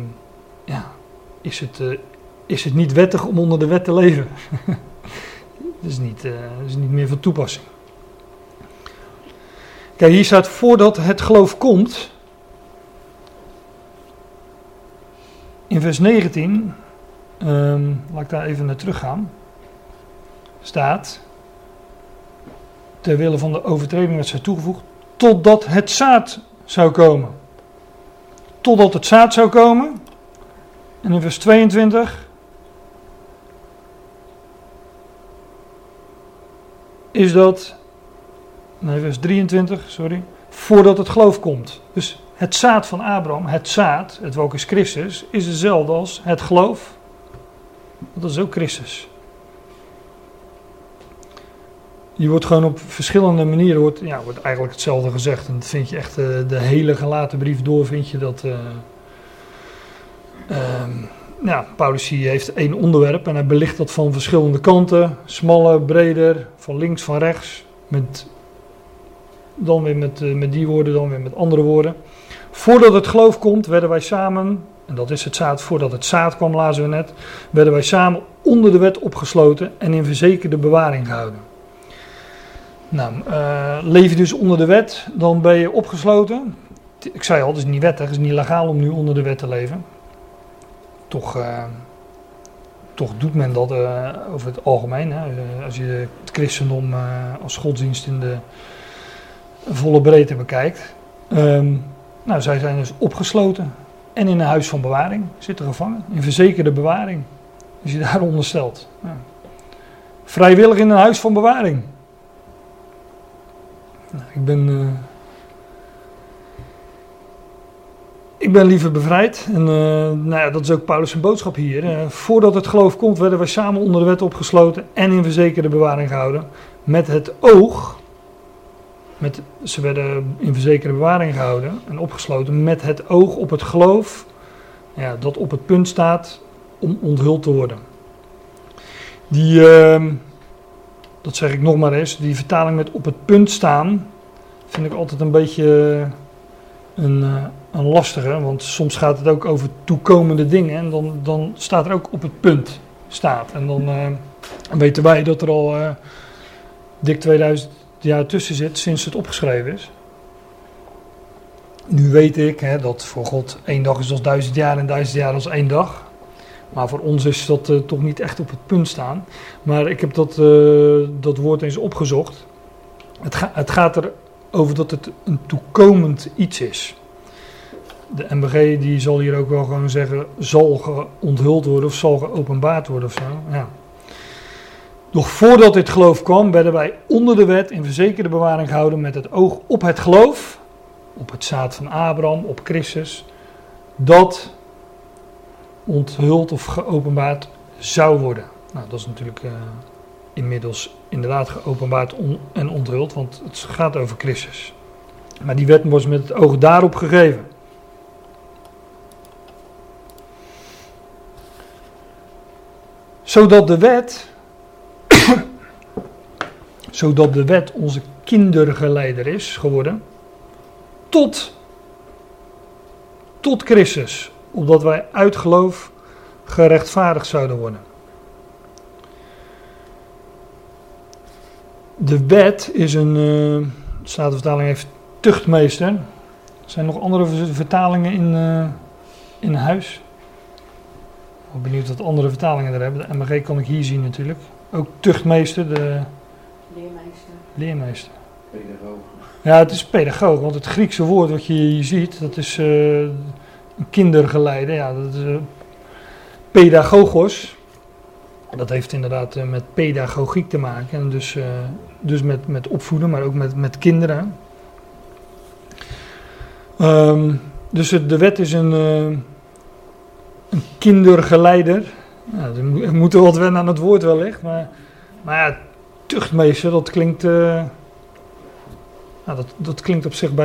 Speaker 1: is het niet wettig om onder de wet te leven? Dat is niet meer van toepassing. Kijk, hier staat voordat het geloof komt. In vers 19, laat ik daar even naar terug gaan. Staat, ter wille van de overtreding werd zij toegevoegd, totdat het zaad zou komen. Totdat het zaad zou komen. En in vers 22 is dat, vers 23, voordat het geloof komt. Dus het zaad van Abraham, het zaad, het welk is Christus, is hetzelfde als het geloof. Dat is ook Christus. Je wordt gewoon op verschillende manieren wordt eigenlijk hetzelfde gezegd. En dat vind je echt de hele gelaten brief door, vind je dat. Paulus hier heeft één onderwerp en hij belicht dat van verschillende kanten. Smaller, breder, van links, van rechts. Dan weer met die woorden, dan weer met andere woorden. Voordat het geloof komt, werden wij samen, en dat is het zaad, voordat het zaad kwam, lazen we net, werden wij samen onder de wet opgesloten en in verzekerde bewaring gehouden. Nou, leef je dus onder de wet, dan ben je opgesloten. Ik zei al, het is niet wettig, het is niet legaal om nu onder de wet te leven. Toch doet men dat over het algemeen. Hè? Als je het christendom als godsdienst in de volle breedte bekijkt. Zij zijn dus opgesloten en in een huis van bewaring, zitten gevangen. In verzekerde bewaring, als je daaronder stelt. Ja. Vrijwillig in een huis van bewaring. Ik ben liever bevrijd. En dat is ook Paulus' zijn boodschap hier. Voordat het geloof komt, werden wij samen onder de wet opgesloten en in verzekerde bewaring gehouden. Met het oog. Ze werden in verzekerde bewaring gehouden en opgesloten met het oog op het geloof. Ja, dat op het punt staat om onthuld te worden. Dat zeg ik nog maar eens, die vertaling met op het punt staan, vind ik altijd een beetje een lastige, want soms gaat het ook over toekomende dingen en dan staat er ook op het punt staat. En dan weten wij dat er al dik 2000 jaar tussen zit sinds het opgeschreven is. Nu weet ik dat voor God 1 dag is als 1000 jaar en 1000 jaar als 1 dag. Maar voor ons is dat toch niet echt op het punt staan. Maar ik heb dat woord eens opgezocht. Het gaat erover dat het een toekomend iets is. De MBG die zal hier ook wel gewoon zeggen, zal onthuld worden of zal geopenbaard worden of zo. Ja. Nog voordat dit geloof kwam, werden wij onder de wet in verzekerde bewaring gehouden met het oog op het geloof, op het zaad van Abraham, op Christus, dat onthuld of geopenbaard zou worden. Nou, dat is natuurlijk inmiddels inderdaad geopenbaard en onthuld, want het gaat over Christus. Maar die wet was met het oog daarop gegeven. Zodat de wet onze kindergeleider is geworden tot Christus, opdat wij uit geloof gerechtvaardigd zouden worden. De wet is de Statenvertaling heeft tuchtmeester. Er zijn nog andere vertalingen in huis. Ik ben benieuwd wat andere vertalingen er hebben. De MBG kan ik hier zien natuurlijk. Ook tuchtmeester, de leermeester.
Speaker 2: Pedagoog.
Speaker 1: Ja, het is pedagoog, want het Griekse woord wat je hier ziet, dat is een kindergeleide. Ja, dat is pedagogos. Dat heeft inderdaad met pedagogiek te maken. En dus met opvoeden, maar ook met kinderen. Dus de wet is een kindergeleider. Ja, we moeten wat wennen aan het woord wellicht. Maar ja, tuchtmeester, dat klinkt... dat klinkt op zich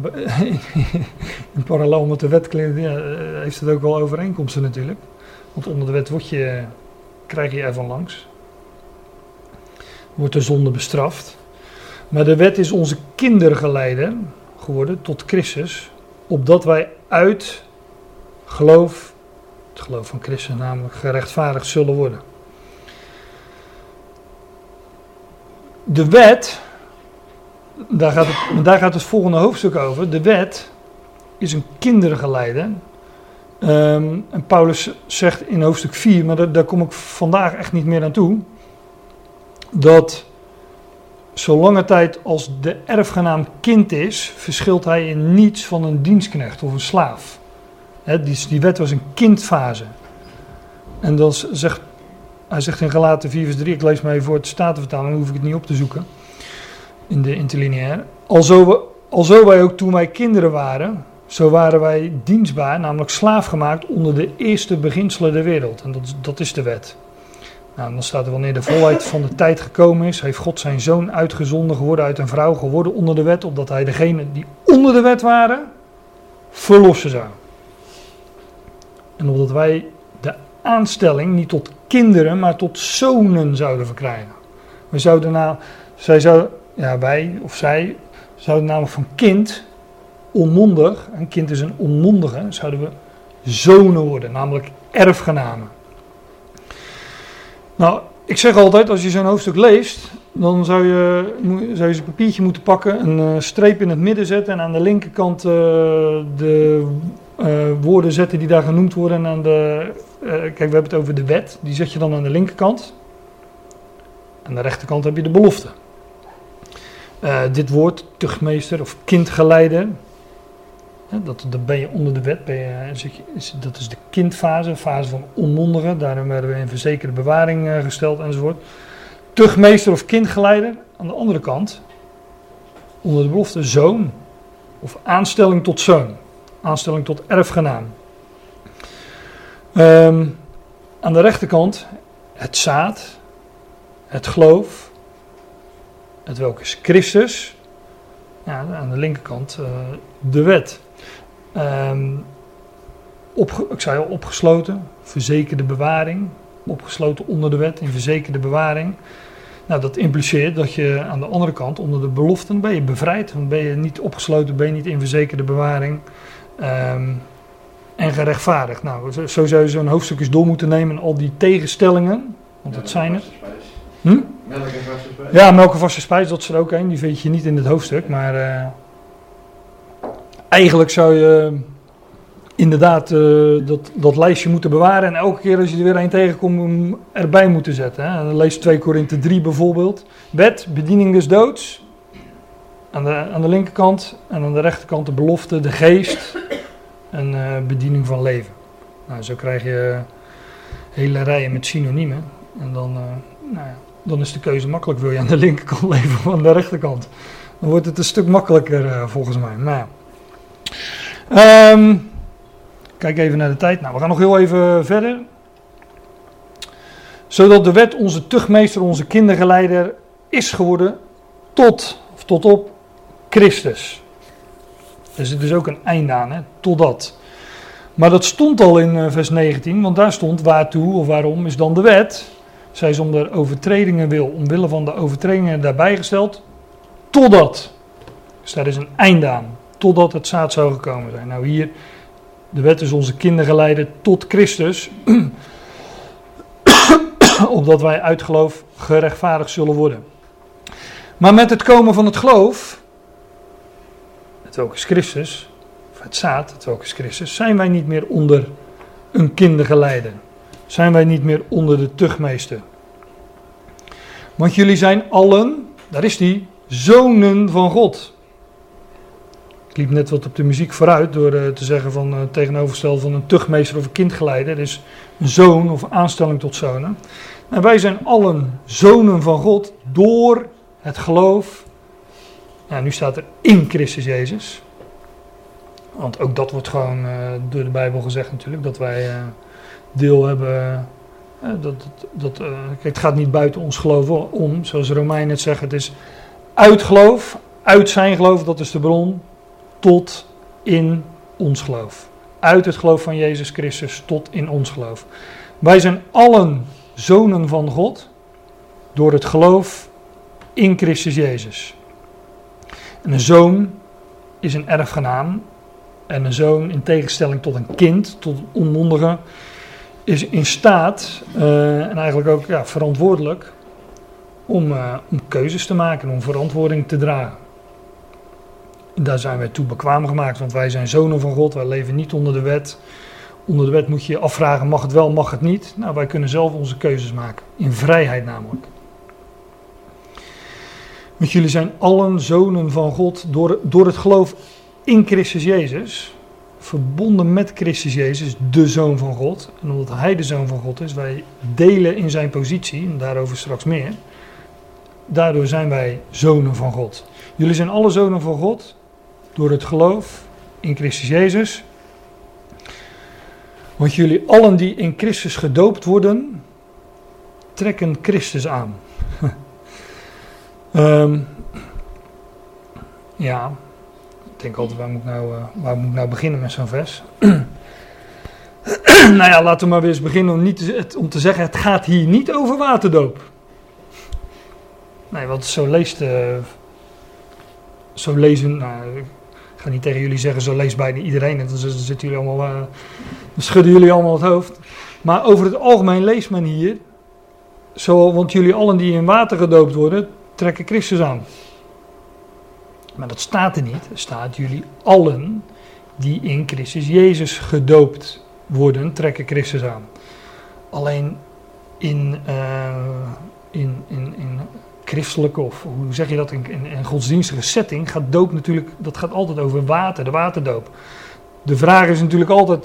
Speaker 1: in parallel met de wet heeft het ook wel overeenkomsten natuurlijk. Want onder de wet krijg je ervan langs. Wordt de zonde bestraft. Maar de wet is onze kindergeleider geworden tot Christus. Opdat wij uit geloof, het geloof van Christus namelijk, gerechtvaardigd zullen worden. De wet... Daar gaat het volgende hoofdstuk over. De wet is een kindergeleider. En Paulus zegt in hoofdstuk 4, maar daar kom ik vandaag echt niet meer aan toe, dat zolange tijd als de erfgenaam kind is, verschilt hij in niets van een dienstknecht of een slaaf. Die wet was een kindfase. En dan hij zegt in Galaten 4 vers 3, ik lees maar even voor de Statenvertaling, dan hoef ik het niet op te zoeken. In de interlineair. Alzo wij ook toen wij kinderen waren, zo waren wij dienstbaar, namelijk slaaf gemaakt onder de eerste beginselen der wereld. En dat is de wet. Nou, dan staat er wanneer de volheid van de tijd gekomen is, heeft God zijn zoon uitgezonden geworden uit een vrouw, geworden onder de wet, opdat hij degenen die onder de wet waren, verlossen zou. En opdat wij de aanstelling niet tot kinderen, maar tot zonen zouden verkrijgen. Zij zouden namelijk van kind, onmondig, een kind is een onmondige, zouden we zonen worden, namelijk erfgenamen. Nou, ik zeg altijd, als je zo'n hoofdstuk leest, dan zou je een papiertje moeten pakken, een streep in het midden zetten en aan de linkerkant de woorden zetten die daar genoemd worden. En kijk, we hebben het over de wet, die zet je dan aan de linkerkant. Aan de rechterkant heb je de belofte. Dit woord, tuchtmeester of kindgeleider, dat ben je onder de wet, dat is de kindfase, fase van onmondigen, daarom werden we in verzekerde bewaring gesteld enzovoort. Tuchtmeester of kindgeleider, aan de andere kant, onder de belofte zoon of aanstelling tot zoon, aanstelling tot erfgenaam. Aan de rechterkant het zaad, het geloof, het welke is Christus. Ja, aan de linkerkant de wet. ik zei al, opgesloten, verzekerde bewaring, opgesloten onder de wet in verzekerde bewaring. Nou, dat impliceert dat je aan de andere kant onder de beloften ben je bevrijd. Want ben je niet opgesloten, ben je niet in verzekerde bewaring en gerechtvaardigd. Nou, zo zou je zo'n hoofdstuk eens door moeten nemen en al die tegenstellingen, want dat zijn het.
Speaker 2: Melk en vaste spijs?
Speaker 1: Ja, melk en vaste spijs, dat is er ook een. Die vind je niet in het hoofdstuk, maar eigenlijk zou je inderdaad dat lijstje moeten bewaren en elke keer als je er weer een tegenkomt hem erbij moeten zetten. Hè. Dan lees 2 Korinthe 3 bijvoorbeeld. Wet, bediening des doods. Aan de linkerkant en aan de rechterkant de belofte, de geest en bediening van leven. Nou, zo krijg je hele rijen met synoniemen. En dan is de keuze makkelijk. Wil je aan de linkerkant leven of aan de rechterkant? Dan wordt het een stuk makkelijker volgens mij. Nou ja. Kijk even naar de tijd. Nou, we gaan nog heel even verder. Zodat de wet onze tuchtmeester, onze kindergeleider is geworden tot op Christus. Er zit dus ook een einde aan, hè? Totdat. Maar dat stond al in vers 19, want daar stond waartoe of waarom is dan de wet. Zij is om de overtredingen wil, omwille van de overtredingen daarbij gesteld, totdat. Dus daar is een einde aan, totdat het zaad zou gekomen zijn. Nou hier, de wet is onze kindergeleider tot Christus, opdat wij uit geloof gerechtvaardigd zullen worden. Maar met het komen van het geloof, het welk is Christus, of het zaad, het welk is Christus, zijn wij niet meer onder een kindergeleider. Zijn wij niet meer onder de tuchtmeester. Want jullie zijn allen, daar is die, zonen van God. Ik liep net wat op de muziek vooruit door te zeggen van tegenoverstel van een tuchtmeester of een kindgeleider. Dus een zoon of aanstelling tot zonen. En wij zijn allen zonen van God door het geloof. Ja, nu staat er in Christus Jezus. Want ook dat wordt gewoon door de Bijbel gezegd natuurlijk. Dat wij deel hebben. Kijk, het gaat niet buiten ons geloof om. Zoals Romeinen het zeggen. Het is uit geloof. Uit zijn geloof. Dat is de bron. Tot in ons geloof. Uit het geloof van Jezus Christus tot in ons geloof. Wij zijn allen zonen van God. Door het geloof in Christus Jezus. En een zoon is een erfgenaam. En een zoon, in tegenstelling tot een kind, tot een onmondige, is in staat en eigenlijk ook verantwoordelijk om keuzes te maken, om verantwoording te dragen. En daar zijn wij toe bekwaam gemaakt, want wij zijn zonen van God, wij leven niet onder de wet. Onder de wet moet je je afvragen, mag het wel, mag het niet? Nou, wij kunnen zelf onze keuzes maken, in vrijheid namelijk. Want jullie zijn allen zonen van God door het geloof in Christus Jezus, verbonden met Christus Jezus, de Zoon van God. En omdat Hij de Zoon van God is, wij delen in zijn positie, en daarover straks meer. Daardoor zijn wij zonen van God. Jullie zijn alle zonen van God door het geloof in Christus Jezus. Want jullie allen die in Christus gedoopt worden, trekken Christus aan. Ja, ik denk altijd, waar moet ik nou beginnen met zo'n vers? Nou ja, laten we maar weer eens beginnen om te zeggen, het gaat hier niet over waterdoop. Nee, want zo lezen, nou, ik ga niet tegen jullie zeggen, zo leest bijna iedereen het, dan zitten jullie allemaal, dan schudden jullie allemaal het hoofd. Maar over het algemeen leest men hier, want jullie allen die in water gedoopt worden, trekken Christus aan. Maar dat staat er niet. Er staat jullie allen die in Christus Jezus gedoopt worden, trekken Christus aan. Alleen in christelijke, of hoe zeg je dat, in godsdienstige setting gaat doop natuurlijk, dat gaat altijd over water, de waterdoop. De vraag is natuurlijk altijd,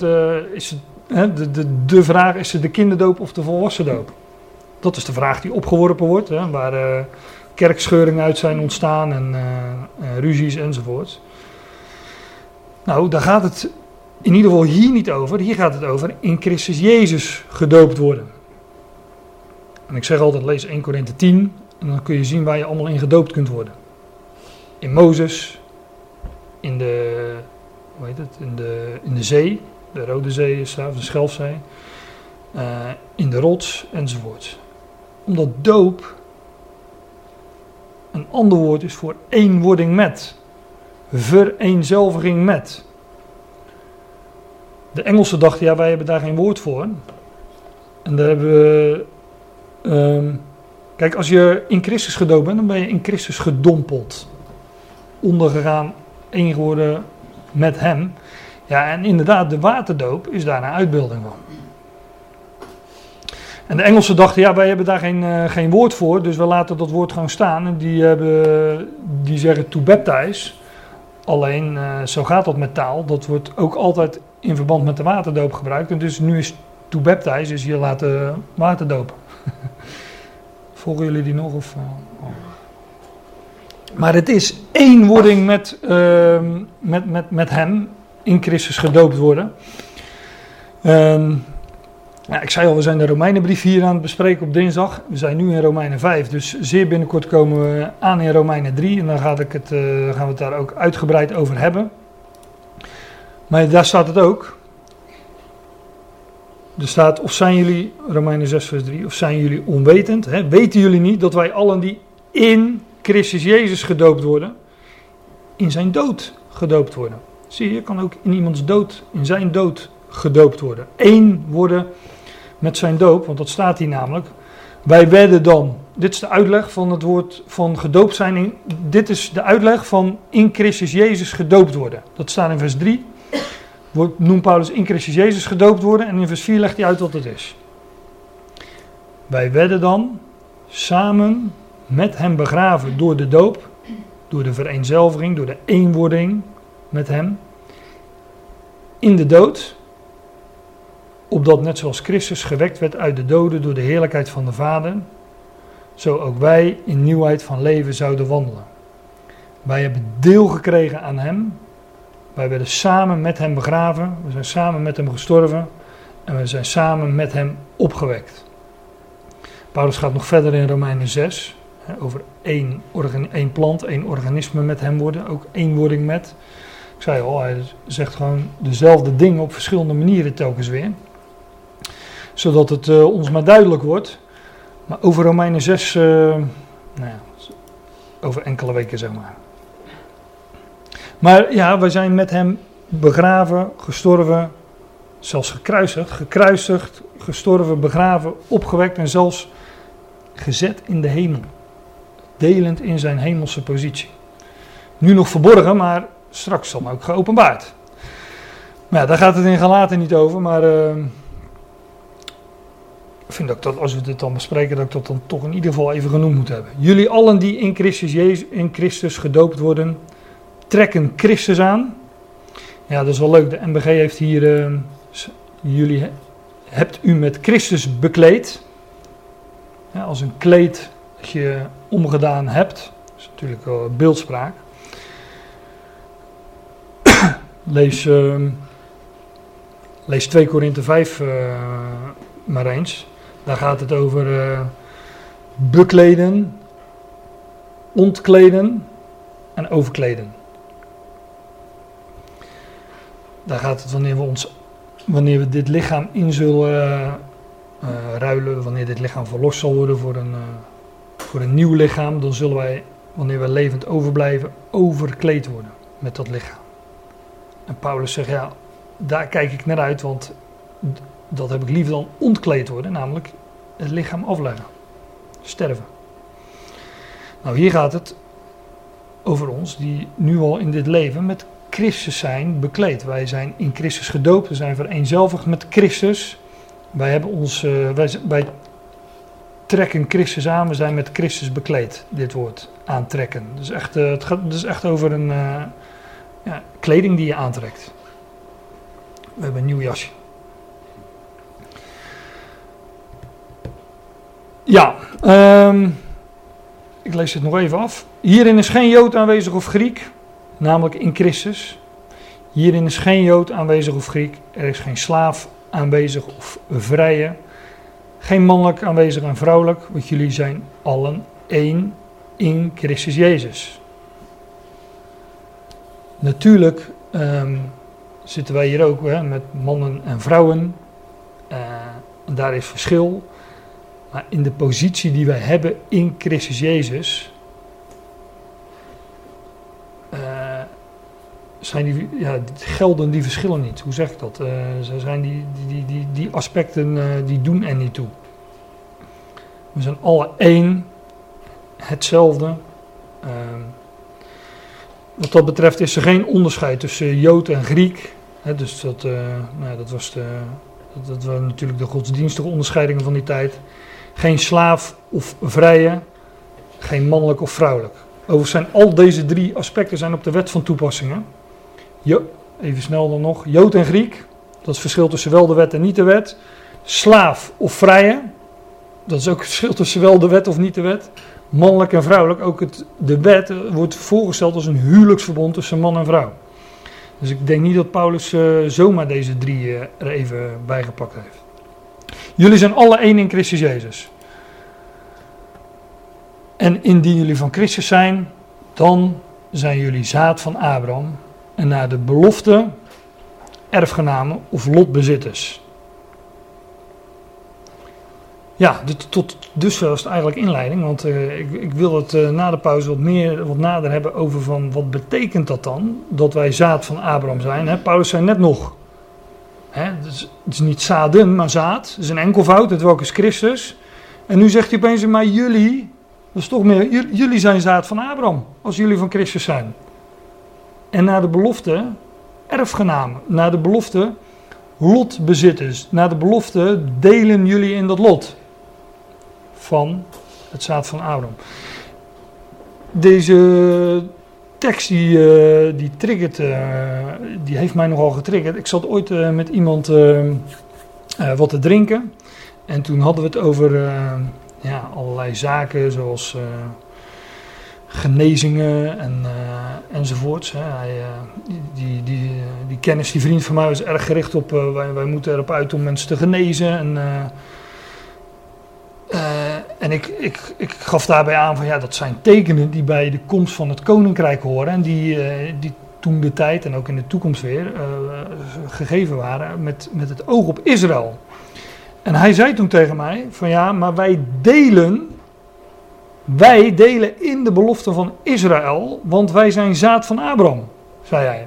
Speaker 1: de vraag is het de kinderdoop of de volwassendoop? Dat is de vraag die opgeworpen wordt, waar kerkscheuringen uit zijn ontstaan en ruzies enzovoort. Nou, daar gaat het in ieder geval hier niet over. Hier gaat het over in Christus Jezus gedoopt worden. En ik zeg altijd, lees 1 Korinthe 10 en dan kun je zien waar je allemaal in gedoopt kunt worden. In Mozes, in de zee, De Rode Zee is daar, of de Schelfzee. In de rots, enzovoort. Omdat doop een ander woord is voor eenwording met. Vereenzelviging met. De Engelsen dachten, ja, wij hebben daar geen woord voor. En daar hebben we... kijk, als je in Christus gedoopt bent, dan ben je in Christus gedompeld. Ondergegaan, één geworden met hem. Ja, en inderdaad, de waterdoop is daar een uitbeelding van. En de Engelsen dachten, ja, wij hebben daar geen woord voor, dus we laten dat woord gewoon staan. En die zeggen to baptize. Alleen, zo gaat dat met taal. Dat wordt ook altijd in verband met de waterdoop gebruikt. En dus nu is to baptize, dus je laten waterdopen. Volgen jullie die nog? Of, Maar het is eenwording met hem, in Christus gedoopt worden. Ja, ik zei al, we zijn de Romeinenbrief hier aan het bespreken op dinsdag. We zijn nu in Romeinen 5, dus zeer binnenkort komen we aan in Romeinen 3. En dan gaan we het daar ook uitgebreid over hebben. Maar daar staat het ook. Er staat, of zijn jullie, Romeinen 6 vers 3, of zijn jullie onwetend? Hè? Weten jullie niet dat wij allen die in Christus Jezus gedoopt worden, in zijn dood gedoopt worden? Zie je, kan ook in iemands dood, in zijn dood gedoopt worden. Eén worden met zijn doop, want dat staat hier namelijk. Wij werden dan, dit is de uitleg van het woord van gedoopt zijn. Dit is de uitleg van in Christus Jezus gedoopt worden. Dat staat in vers 3. Noemt Paulus in Christus Jezus gedoopt worden en in vers 4 legt hij uit wat het is. Wij werden dan samen met hem begraven door de doop, door de vereenzelviging, door de eenwording met hem, in de dood, opdat net zoals Christus gewekt werd uit de doden door de heerlijkheid van de Vader, zo ook wij in nieuwheid van leven zouden wandelen. Wij hebben deel gekregen aan hem. Wij werden samen met hem begraven, we zijn samen met hem gestorven en we zijn samen met hem opgewekt. Paulus gaat nog verder in Romeinen 6, over één plant, één organisme met hem worden, ook eenwording met. Ik zei al, hij zegt gewoon dezelfde dingen op verschillende manieren telkens weer. Zodat het ons maar duidelijk wordt. Maar over Romeinen 6, over enkele weken zeg maar. Maar ja, wij zijn met hem begraven, gestorven, zelfs gekruisigd, gestorven, begraven, opgewekt en zelfs gezet in de hemel. Delend in zijn hemelse positie. Nu nog verborgen, maar straks zal hem ook geopenbaard. Maar ja, daar gaat het in Galaten niet over, maar ik vind ook dat als we dit dan bespreken, dat ik dat dan toch in ieder geval even genoemd moet hebben. Jullie allen die in Christus Jezus, in Christus gedoopt worden, trekken Christus aan. Ja, dat is wel leuk. De MBG heeft hier, jullie hebt u met Christus bekleed. Ja, als een kleed dat je omgedaan hebt. Dat is natuurlijk wel beeldspraak. Lees 2 Korinthe 5 maar eens. Daar gaat het over bekleden, ontkleden en overkleden. Daar gaat het wanneer we dit lichaam in zullen ruilen, wanneer dit lichaam verlost zal worden voor een nieuw lichaam, dan zullen wij, wanneer we levend overblijven, overkleed worden met dat lichaam. En Paulus zegt, ja, daar kijk ik naar uit, want dat heb ik liever dan ontkleed worden, namelijk het lichaam afleggen, sterven. Nou, hier gaat het over ons die nu al in dit leven met Christus zijn bekleed. Wij zijn in Christus gedoopt, we zijn vereenzelvigd met Christus. Wij trekken Christus aan, we zijn met Christus bekleed. Dit woord aantrekken. Dus echt, het is echt over een kleding die je aantrekt. We hebben een nieuw jasje. Ja, ik lees het nog even af. Hierin is geen Jood aanwezig of Griek, namelijk in Christus. Hierin is geen Jood aanwezig of Griek, er is geen slaaf aanwezig of vrije, geen mannelijk aanwezig en vrouwelijk, want jullie zijn allen één in Christus Jezus. Natuurlijk zitten wij hier ook met mannen en vrouwen. En daar is verschil. Maar in de positie die wij hebben in Christus Jezus gelden die verschillen niet. Hoe zeg ik dat? Zijn die aspecten die doen er niet toe. We zijn alle één, hetzelfde. Wat dat betreft is er geen onderscheid tussen Jood en Griek. Dus dat waren natuurlijk de godsdienstige onderscheidingen van die tijd. Geen slaaf of vrije, geen mannelijk of vrouwelijk. Overigens zijn al deze 3 aspecten zijn op de wet van toepassingen. Even snel dan nog. Jood en Griek, dat is het verschil tussen wel de wet en niet de wet. Slaaf of vrije, dat is ook het verschil tussen wel de wet of niet de wet. Mannelijk en vrouwelijk, ook de wet wordt voorgesteld als een huwelijksverbond tussen man en vrouw. Dus ik denk niet dat Paulus zomaar deze 3 er even bij gepakt heeft. Jullie zijn alle één in Christus Jezus. En indien jullie van Christus zijn, dan zijn jullie zaad van Abraham en naar de belofte erfgenamen of lotbezitters. Ja, tot dusver was het eigenlijk inleiding, want ik wil het na de pauze wat nader hebben over van wat betekent dat dan, dat wij zaad van Abraham zijn. Paulus zei net nog, het is niet zaden, maar zaad, het is een enkelvoud, het welk is Christus. En nu zegt hij opeens, maar jullie, dat is toch meer, jullie zijn zaad van Abraham, als jullie van Christus zijn. En naar de belofte erfgenamen, naar de belofte lotbezitters, naar de belofte delen jullie in dat lot van het zaad van Abraham. Deze tekst die triggert, die heeft mij nogal getriggerd. Ik zat ooit met iemand wat te drinken en toen hadden we het over allerlei zaken zoals genezingen enzovoorts. Die kennis, die vriend van mij was erg gericht op, wij moeten erop uit om mensen te genezen. En ik gaf daarbij aan van dat zijn tekenen die bij de komst van het koninkrijk horen. En die toen de tijd en ook in de toekomst weer gegeven waren met het oog op Israël. En hij zei toen tegen mij van maar wij delen in de belofte van Israël, want wij zijn zaad van Abraham, zei hij.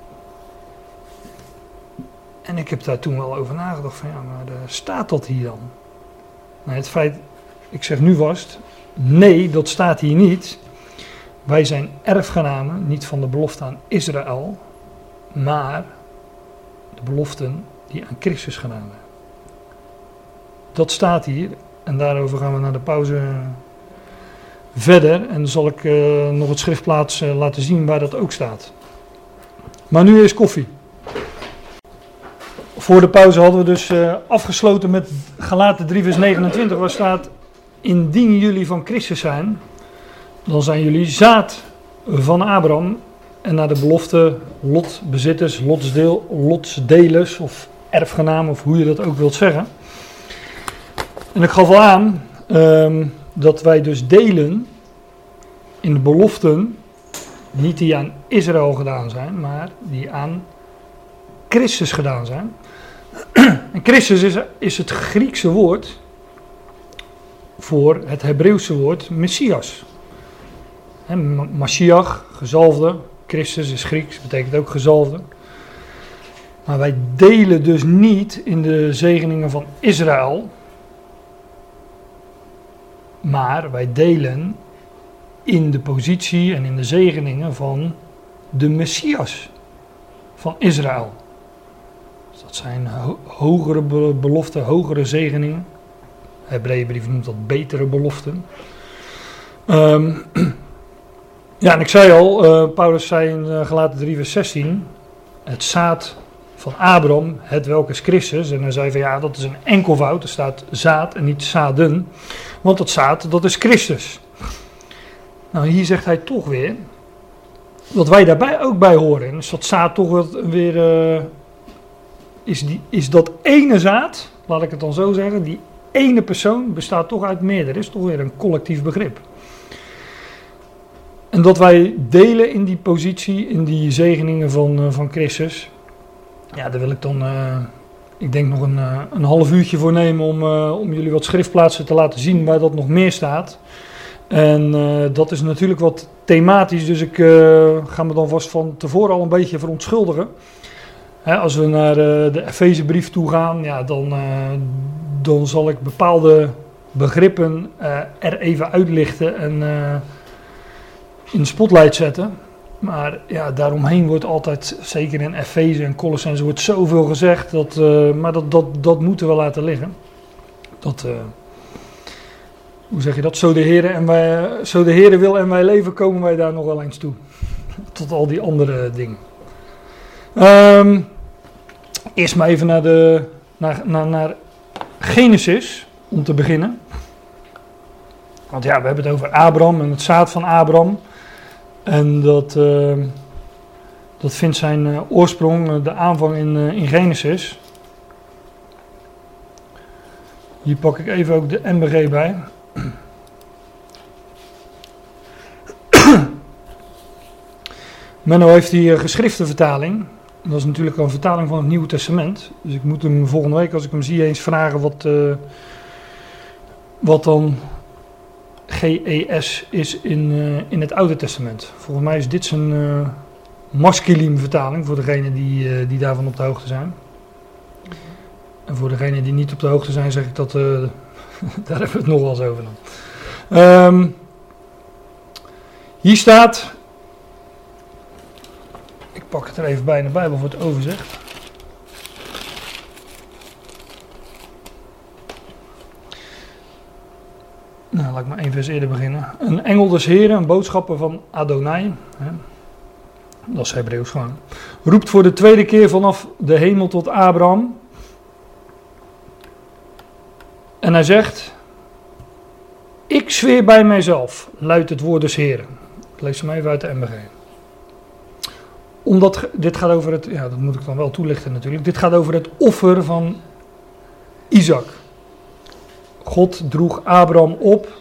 Speaker 1: En ik heb daar toen wel over nagedacht van maar staat dat hier dan? Nou, het feit, ik zeg nu vast, nee, dat staat hier niet. Wij zijn erfgenamen, niet van de belofte aan Israël, maar de beloften die aan Christus gedaan zijn. Dat staat hier en daarover gaan we naar de pauze verder en dan zal ik nog het schriftplaats laten zien waar dat ook staat. Maar nu eerst koffie. Voor de pauze hadden we dus afgesloten met Galaten 3 vers 29 waar staat: indien jullie van Christus zijn, dan jullie zaad van Abraham en naar de belofte lotbezitters, lotsdelers of erfgenamen of hoe je dat ook wilt zeggen. En ik gaf al aan dat wij dus delen in de beloften, niet die aan Israël gedaan zijn, maar die aan Christus gedaan zijn. En Christus is het Griekse woord voor het Hebreeuwse woord Messias. Mashiach, gezalfde. Christus is Grieks, betekent ook gezalfde. Maar wij delen dus niet in de zegeningen van Israël, maar wij delen in de positie en in de zegeningen van de Messias van Israël. Dus dat zijn hogere beloften, hogere zegeningen. De Hebreeënbrief noemt dat betere beloften. En ik zei al, Paulus zei in Galaten 3 vers 16, het zaad van Abraham, het welk is Christus. En hij zei van dat is een enkelvoud, er staat zaad en niet zaden. Want dat zaad, dat is Christus. Nou, hier zegt hij toch weer dat wij daarbij ook bij horen. Dus dat zaad toch weer, is dat ene zaad, laat ik het dan zo zeggen, die ene persoon bestaat toch uit meerdere. Is toch weer een collectief begrip. En dat wij delen in die positie, in die zegeningen van Christus. Ja, daar wil ik dan, ik denk nog een half uurtje voor nemen om jullie wat schriftplaatsen te laten zien waar dat nog meer staat. En dat is natuurlijk wat thematisch, dus ik ga me dan vast van tevoren al een beetje verontschuldigen. Als we naar de Efezebrief toe gaan, ja, dan zal ik bepaalde begrippen er even uitlichten en in de spotlight zetten. Maar ja, daaromheen wordt altijd, zeker in Efeze en Colossense, wordt zoveel gezegd, maar dat moeten we laten liggen. Hoe zeg je dat? Zo de Heere wil en wij leven, komen wij daar nog wel eens toe. Tot al die andere dingen. Eerst maar even naar Genesis, om te beginnen. Want ja, we hebben het over Abraham en het zaad van Abraham. En dat vindt zijn oorsprong, de aanvang in Genesis. Hier pak ik even ook de MBG bij. Menno heeft hier geschriftenvertaling. Dat is natuurlijk een vertaling van het Nieuwe Testament. Dus ik moet hem volgende week, als ik hem zie, eens vragen wat dan GES is in het Oude Testament. Volgens mij is dit zijn Maskilim vertaling, voor degenen die daarvan op de hoogte zijn. En voor degenen die niet op de hoogte zijn, zeg ik dat, daar hebben we het nog wel eens over dan. Hier staat, ik pak het er even bij in de Bijbel voor het overzicht. Nou, laat ik maar 1 vers eerder beginnen. Een engel des Heren, een boodschapper van Adonai, dat is Hebreeuws gewoon, roept voor de tweede keer vanaf de hemel tot Abraham. En hij zegt, ik zweer bij mijzelf, luidt het woord des Heren. Ik lees hem even uit de MBG. Omdat, dit gaat over het, ja, dat moet ik dan wel toelichten natuurlijk. Dit gaat over het offer van Isaac. God droeg Abraham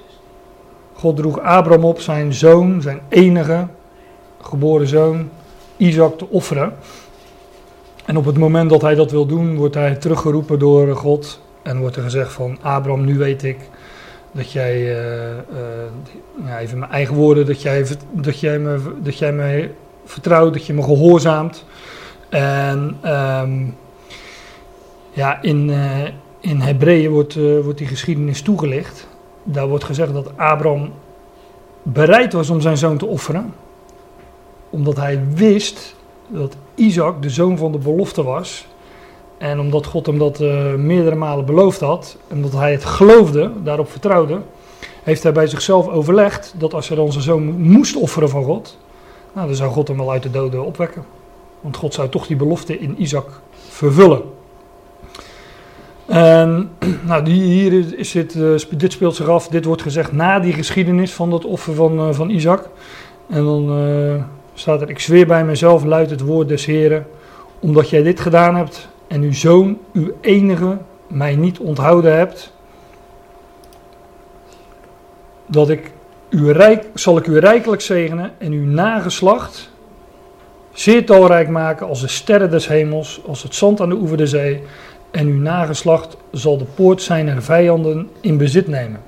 Speaker 1: op zijn zoon, zijn enige geboren zoon, Isaac te offeren. En op het moment dat hij dat wil doen, wordt hij teruggeroepen door God. En wordt er gezegd van, Abraham, nu weet ik dat jij, even mijn eigen woorden, dat jij me vertrouwt, dat je me gehoorzaamt. En in Hebreeën wordt die geschiedenis toegelicht. Daar wordt gezegd dat Abraham bereid was om zijn zoon te offeren. Omdat hij wist dat Isaac de zoon van de belofte was. En omdat God hem dat meerdere malen beloofd had, en omdat hij het geloofde, daarop vertrouwde, heeft hij bij zichzelf overlegd dat als hij dan zijn zoon moest offeren van God, nou, dan zou God hem wel uit de doden opwekken. Want God zou toch die belofte in Isaac vervullen. En nou, hier is dit speelt zich af, dit wordt gezegd na die geschiedenis van dat offer van Isaac. En dan staat er, ik zweer bij mezelf, luidt het woord des Heren, omdat jij dit gedaan hebt en uw zoon, uw enige, mij niet onthouden hebt, zal ik u rijkelijk zegenen en uw nageslacht zeer talrijk maken als de sterren des hemels, als het zand aan de oever der zee. En uw nageslacht zal de poort zijner vijanden in bezit nemen.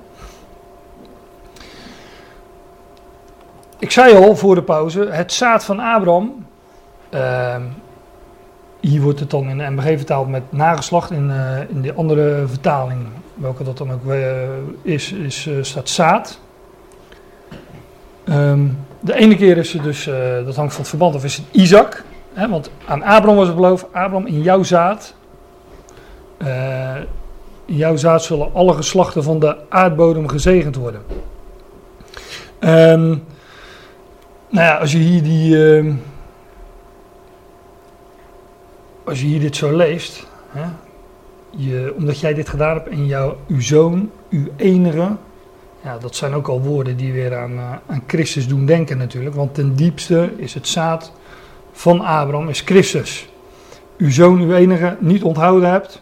Speaker 1: Ik zei al voor de pauze, het zaad van Abraham, hier wordt het dan in de MBG vertaald met nageslacht, in de andere vertaling, welke dat dan ook staat zaad. De ene keer is het dus, dat hangt van het verband af, is het Isaac, want aan Abraham was het beloofd, Abraham, in jouw zaad, in jouw zaad zullen alle geslachten van de aardbodem gezegend worden. Nou ja, als je hier dit zo leest, omdat jij dit gedaan hebt en uw zoon, uw enige, ja, dat zijn ook al woorden die weer aan Christus doen denken natuurlijk, want ten diepste is het zaad van Abraham, is Christus. Uw zoon, uw enige, niet onthouden hebt.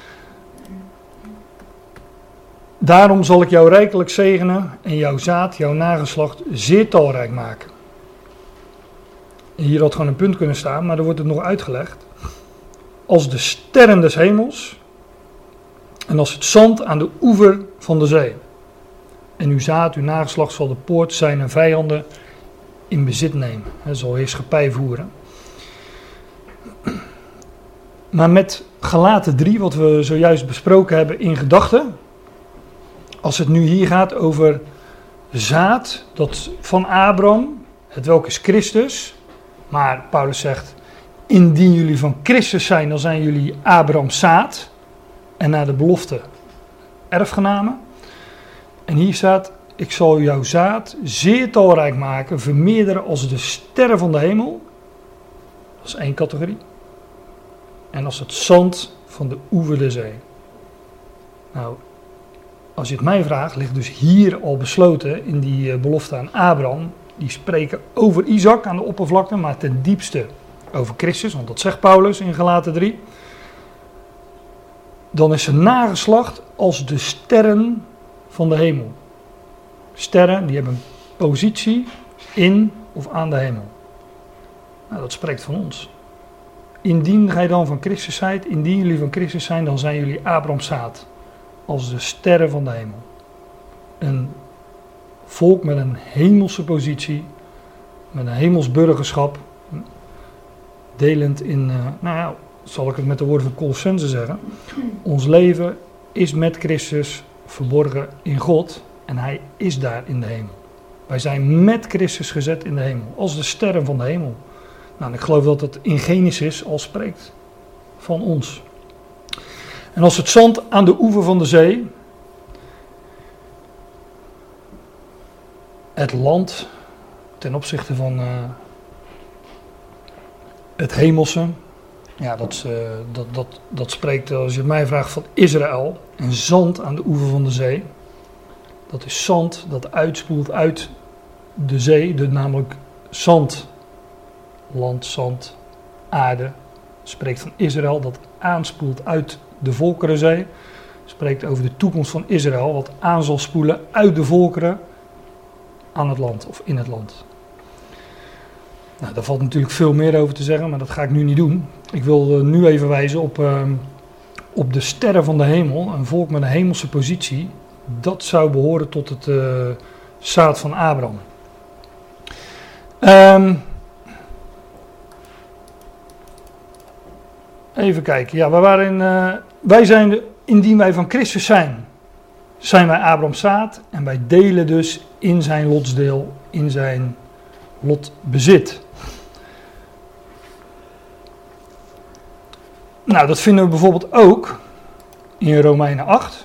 Speaker 1: Daarom zal ik jou rijkelijk zegenen en jouw zaad, jouw nageslacht, zeer talrijk maken. Hier had gewoon een punt kunnen staan, maar er wordt het nog uitgelegd. als de sterren des hemels en als het zand aan de oever van de zee. En uw zaad, uw nageslacht zal de poort zijn en vijanden in bezit nemen. Hij zal heerschappij voeren. Maar met Galaten 3, wat we zojuist besproken hebben in gedachten, als het nu hier gaat over zaad dat van Abraham, het welk is Christus, maar Paulus zegt, indien jullie van Christus zijn, dan zijn jullie Abrahams zaad en naar de belofte erfgenamen. En hier staat, ik zal jouw zaad zeer talrijk maken, vermeerderen als de sterren van de hemel. Dat is één categorie. En als het zand van de oever der zee. Nou, als je het mij vraagt, ligt dus hier al besloten in die belofte aan Abraham. Die spreken over Isaac aan de oppervlakte, maar ten diepste over Christus. Want dat zegt Paulus in Galaten 3. Dan is zijn nageslacht als de sterren van de hemel. Sterren, die hebben een positie in of aan de hemel. Nou, dat spreekt van ons. Indien gij dan van Christus zijt, indien jullie van Christus zijn, dan zijn jullie Abrahams zaad. Als de sterren van de hemel. Een volk met een hemelse positie, met een hemels burgerschap, delend in, zal ik het met de woorden van Colossenzen zeggen. Ons leven is met Christus verborgen in God en hij is daar in de hemel. Wij zijn met Christus gezet in de hemel, als de sterren van de hemel. Nou, en ik geloof dat het in Genesis al spreekt van ons. En als het zand aan de oever van de zee, het land ten opzichte van het hemelse, ja, dat spreekt, als je het mij vraagt, van Israël. En zand aan de oever van de zee, dat is zand dat uitspoelt uit de zee, namelijk zand, land, zand, aarde. Spreekt van Israël dat aanspoelt uit de Volkerenzee. Spreekt over de toekomst van Israël, wat aan zal spoelen uit de volkeren aan het land of in het land. Nou, daar valt natuurlijk veel meer over te zeggen, maar dat ga ik nu niet doen. Ik wil nu even wijzen op de sterren van de hemel, een volk met een hemelse positie. Dat zou behoren tot het zaad van Abraham. Even kijken. Ja, wij zijn, indien wij van Christus zijn wij Abrahams zaad en wij delen dus in zijn lotsdeel, in zijn lotbezit. Nou, dat vinden we bijvoorbeeld ook in Romeinen 8.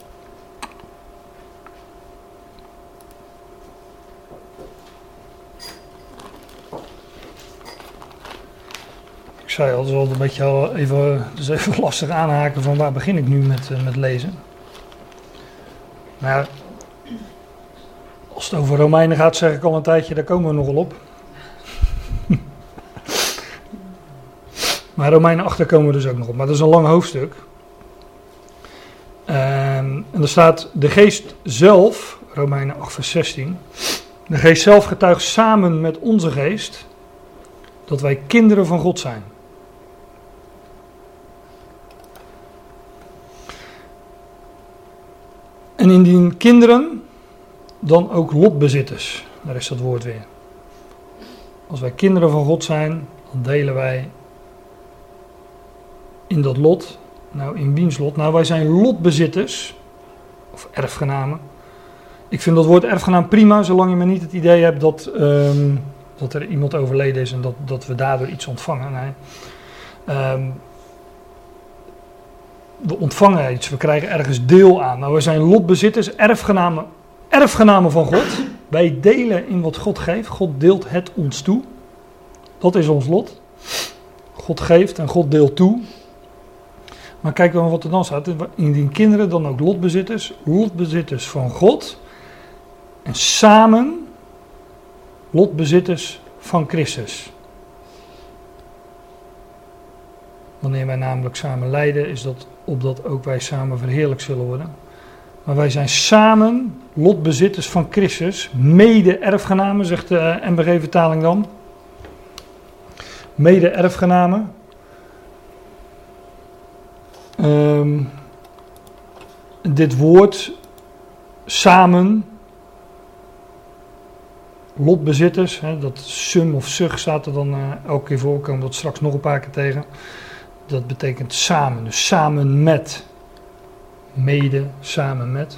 Speaker 1: Ik zei al, het is wel een beetje even lastig aanhaken van waar begin ik nu met lezen. Maar ja, als het over Romeinen gaat, zeg ik al een tijdje, daar komen we nogal op. Maar Romeinen 8, daar komen we dus ook nog op. Maar dat is een lang hoofdstuk. En er staat, de geest zelf, Romeinen 8 vers 16. De geest zelf getuigt samen met onze geest dat wij kinderen van God zijn. En indien kinderen, dan ook lotbezitters. Daar is dat woord weer. Als wij kinderen van God zijn, dan delen wij in dat lot. Nou, in wiens lot? Nou, wij zijn lotbezitters. Of erfgenamen. Ik vind dat woord erfgenaam prima, zolang je maar niet het idee hebt dat er iemand overleden is en dat we daardoor iets ontvangen. Nee. We ontvangen iets, we krijgen ergens deel aan. Nou, we zijn lotbezitters, erfgenamen van God. Wij delen in wat God geeft. God deelt het ons toe. Dat is ons lot. God geeft en God deelt toe. Maar kijk dan wat er dan staat. Indien kinderen dan ook lotbezitters van God. En samen lotbezitters van Christus. Wanneer wij namelijk samen lijden, is dat opdat ook wij samen verheerlijkt zullen worden. Maar wij zijn samen lotbezitters van Christus, mede-erfgenamen, zegt de MBG-vertaling dan. Mede-erfgenamen. dit woord samen, lotbezitters, dat sum of sug staat er dan elke keer voor, komen we dat straks nog een paar keer tegen. Dat betekent samen, dus samen met, mede, samen met.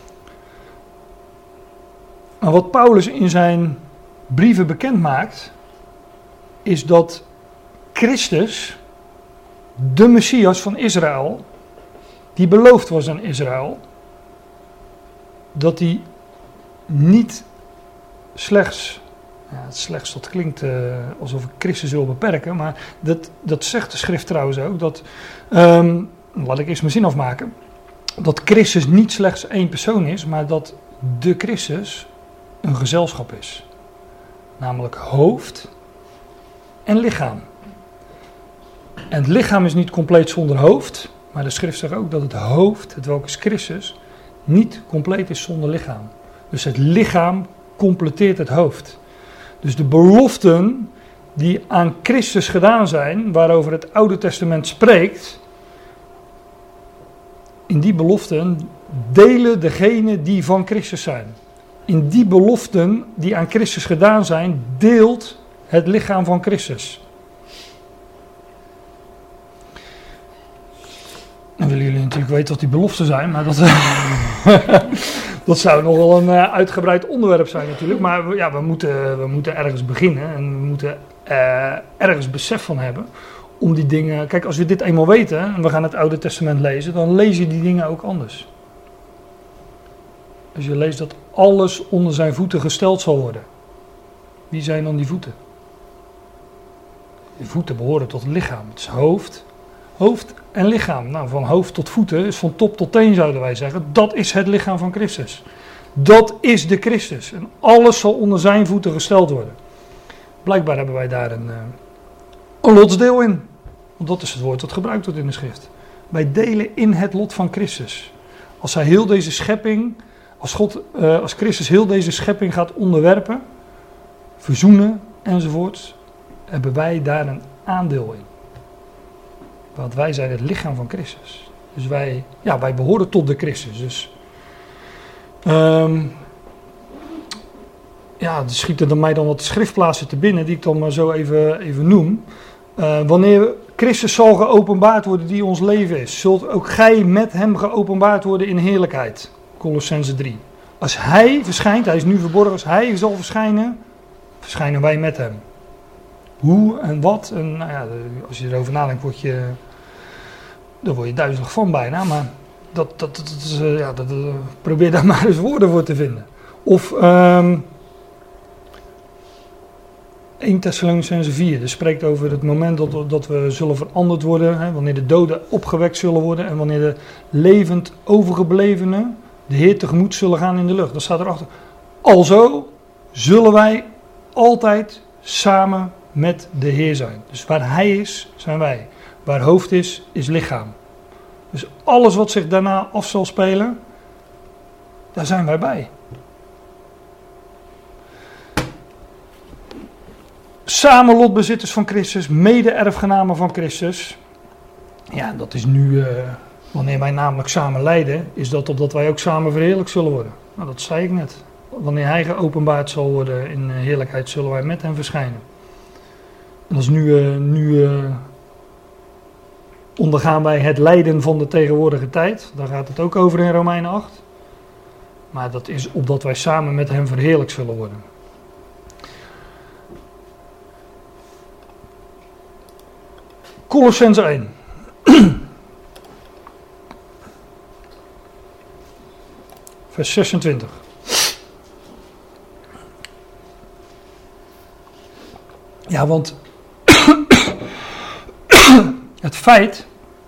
Speaker 1: Maar wat Paulus in zijn brieven bekend maakt, is dat Christus, de Messias van Israël, die beloofd was aan Israël, dat hij niet slechts, dat klinkt alsof ik Christus wil beperken, maar dat zegt de schrift trouwens ook, dat, laat ik eerst mijn zin afmaken, dat Christus niet slechts één persoon is, maar dat de Christus een gezelschap is. Namelijk hoofd en lichaam. En het lichaam is niet compleet zonder hoofd, maar de schrift zegt ook dat het hoofd, het welk is Christus, niet compleet is zonder lichaam. Dus het lichaam completeert het hoofd. Dus de beloften die aan Christus gedaan zijn, waarover het Oude Testament spreekt, in die beloften delen degenen die van Christus zijn. In die beloften die aan Christus gedaan zijn, deelt het lichaam van Christus. Dan willen jullie natuurlijk weten wat die beloften zijn, maar dat zou nog wel een uitgebreid onderwerp zijn natuurlijk. Maar ja, we moeten ergens beginnen en we moeten ergens besef van hebben om die dingen. Kijk, als we dit eenmaal weten en we gaan het Oude Testament lezen, dan lees je die dingen ook anders. Als je leest dat alles onder zijn voeten gesteld zal worden. Wie zijn dan die voeten? Die voeten behoren tot het lichaam. Het is hoofd en lichaam. Nou, van hoofd tot voeten is van top tot teen, zouden wij zeggen. Dat is het lichaam van Christus. Dat is de Christus. En alles zal onder zijn voeten gesteld worden. Blijkbaar hebben wij daar een lotsdeel in. Want dat is het woord dat gebruikt wordt in de schrift. Wij delen in het lot van Christus. Als hij heel deze schepping, als Christus heel deze schepping gaat onderwerpen, verzoenen enzovoort, hebben wij daar een aandeel in. Want wij zijn het lichaam van Christus. Dus wij behoren tot de Christus. Dus er schieten er mij dan wat schriftplaatsen te binnen, die ik dan maar zo even noem. Wanneer Christus zal geopenbaard worden die ons leven is, zult ook gij met hem geopenbaard worden in heerlijkheid. Colossenzen 3. Als hij verschijnt, hij is nu verborgen, als hij zal verschijnen, verschijnen wij met hem. Hoe en wat, en nou ja, als je erover nadenkt, daar word je duizelig van bijna, maar probeer daar maar eens woorden voor te vinden. Of 1 Thessalonicenzen 4, dat spreekt over het moment dat we zullen veranderd worden, hè, wanneer de doden opgewekt zullen worden en wanneer de levend overgeblevenen de Heer tegemoet zullen gaan in de lucht. Dat staat erachter. Alzo zullen wij altijd samen met de Heer zijn. Dus waar hij is, zijn wij. Waar hoofd is, is lichaam. Dus alles wat zich daarna af zal spelen, daar zijn wij bij. Samen lotbezitters van Christus, mede-erfgenamen van Christus. Ja, dat is nu, wanneer wij namelijk samen lijden, is dat opdat wij ook samen verheerlijkt zullen worden. Nou, dat zei ik net. Wanneer hij geopenbaard zal worden in heerlijkheid, zullen wij met hem verschijnen. En dat is nu ondergaan wij het lijden van de tegenwoordige tijd. Daar gaat het ook over in Romeinen 8. Maar dat is opdat wij samen met hem verheerlijkt zullen worden. Colossenzen 1. Vers 26. Ja, want het feit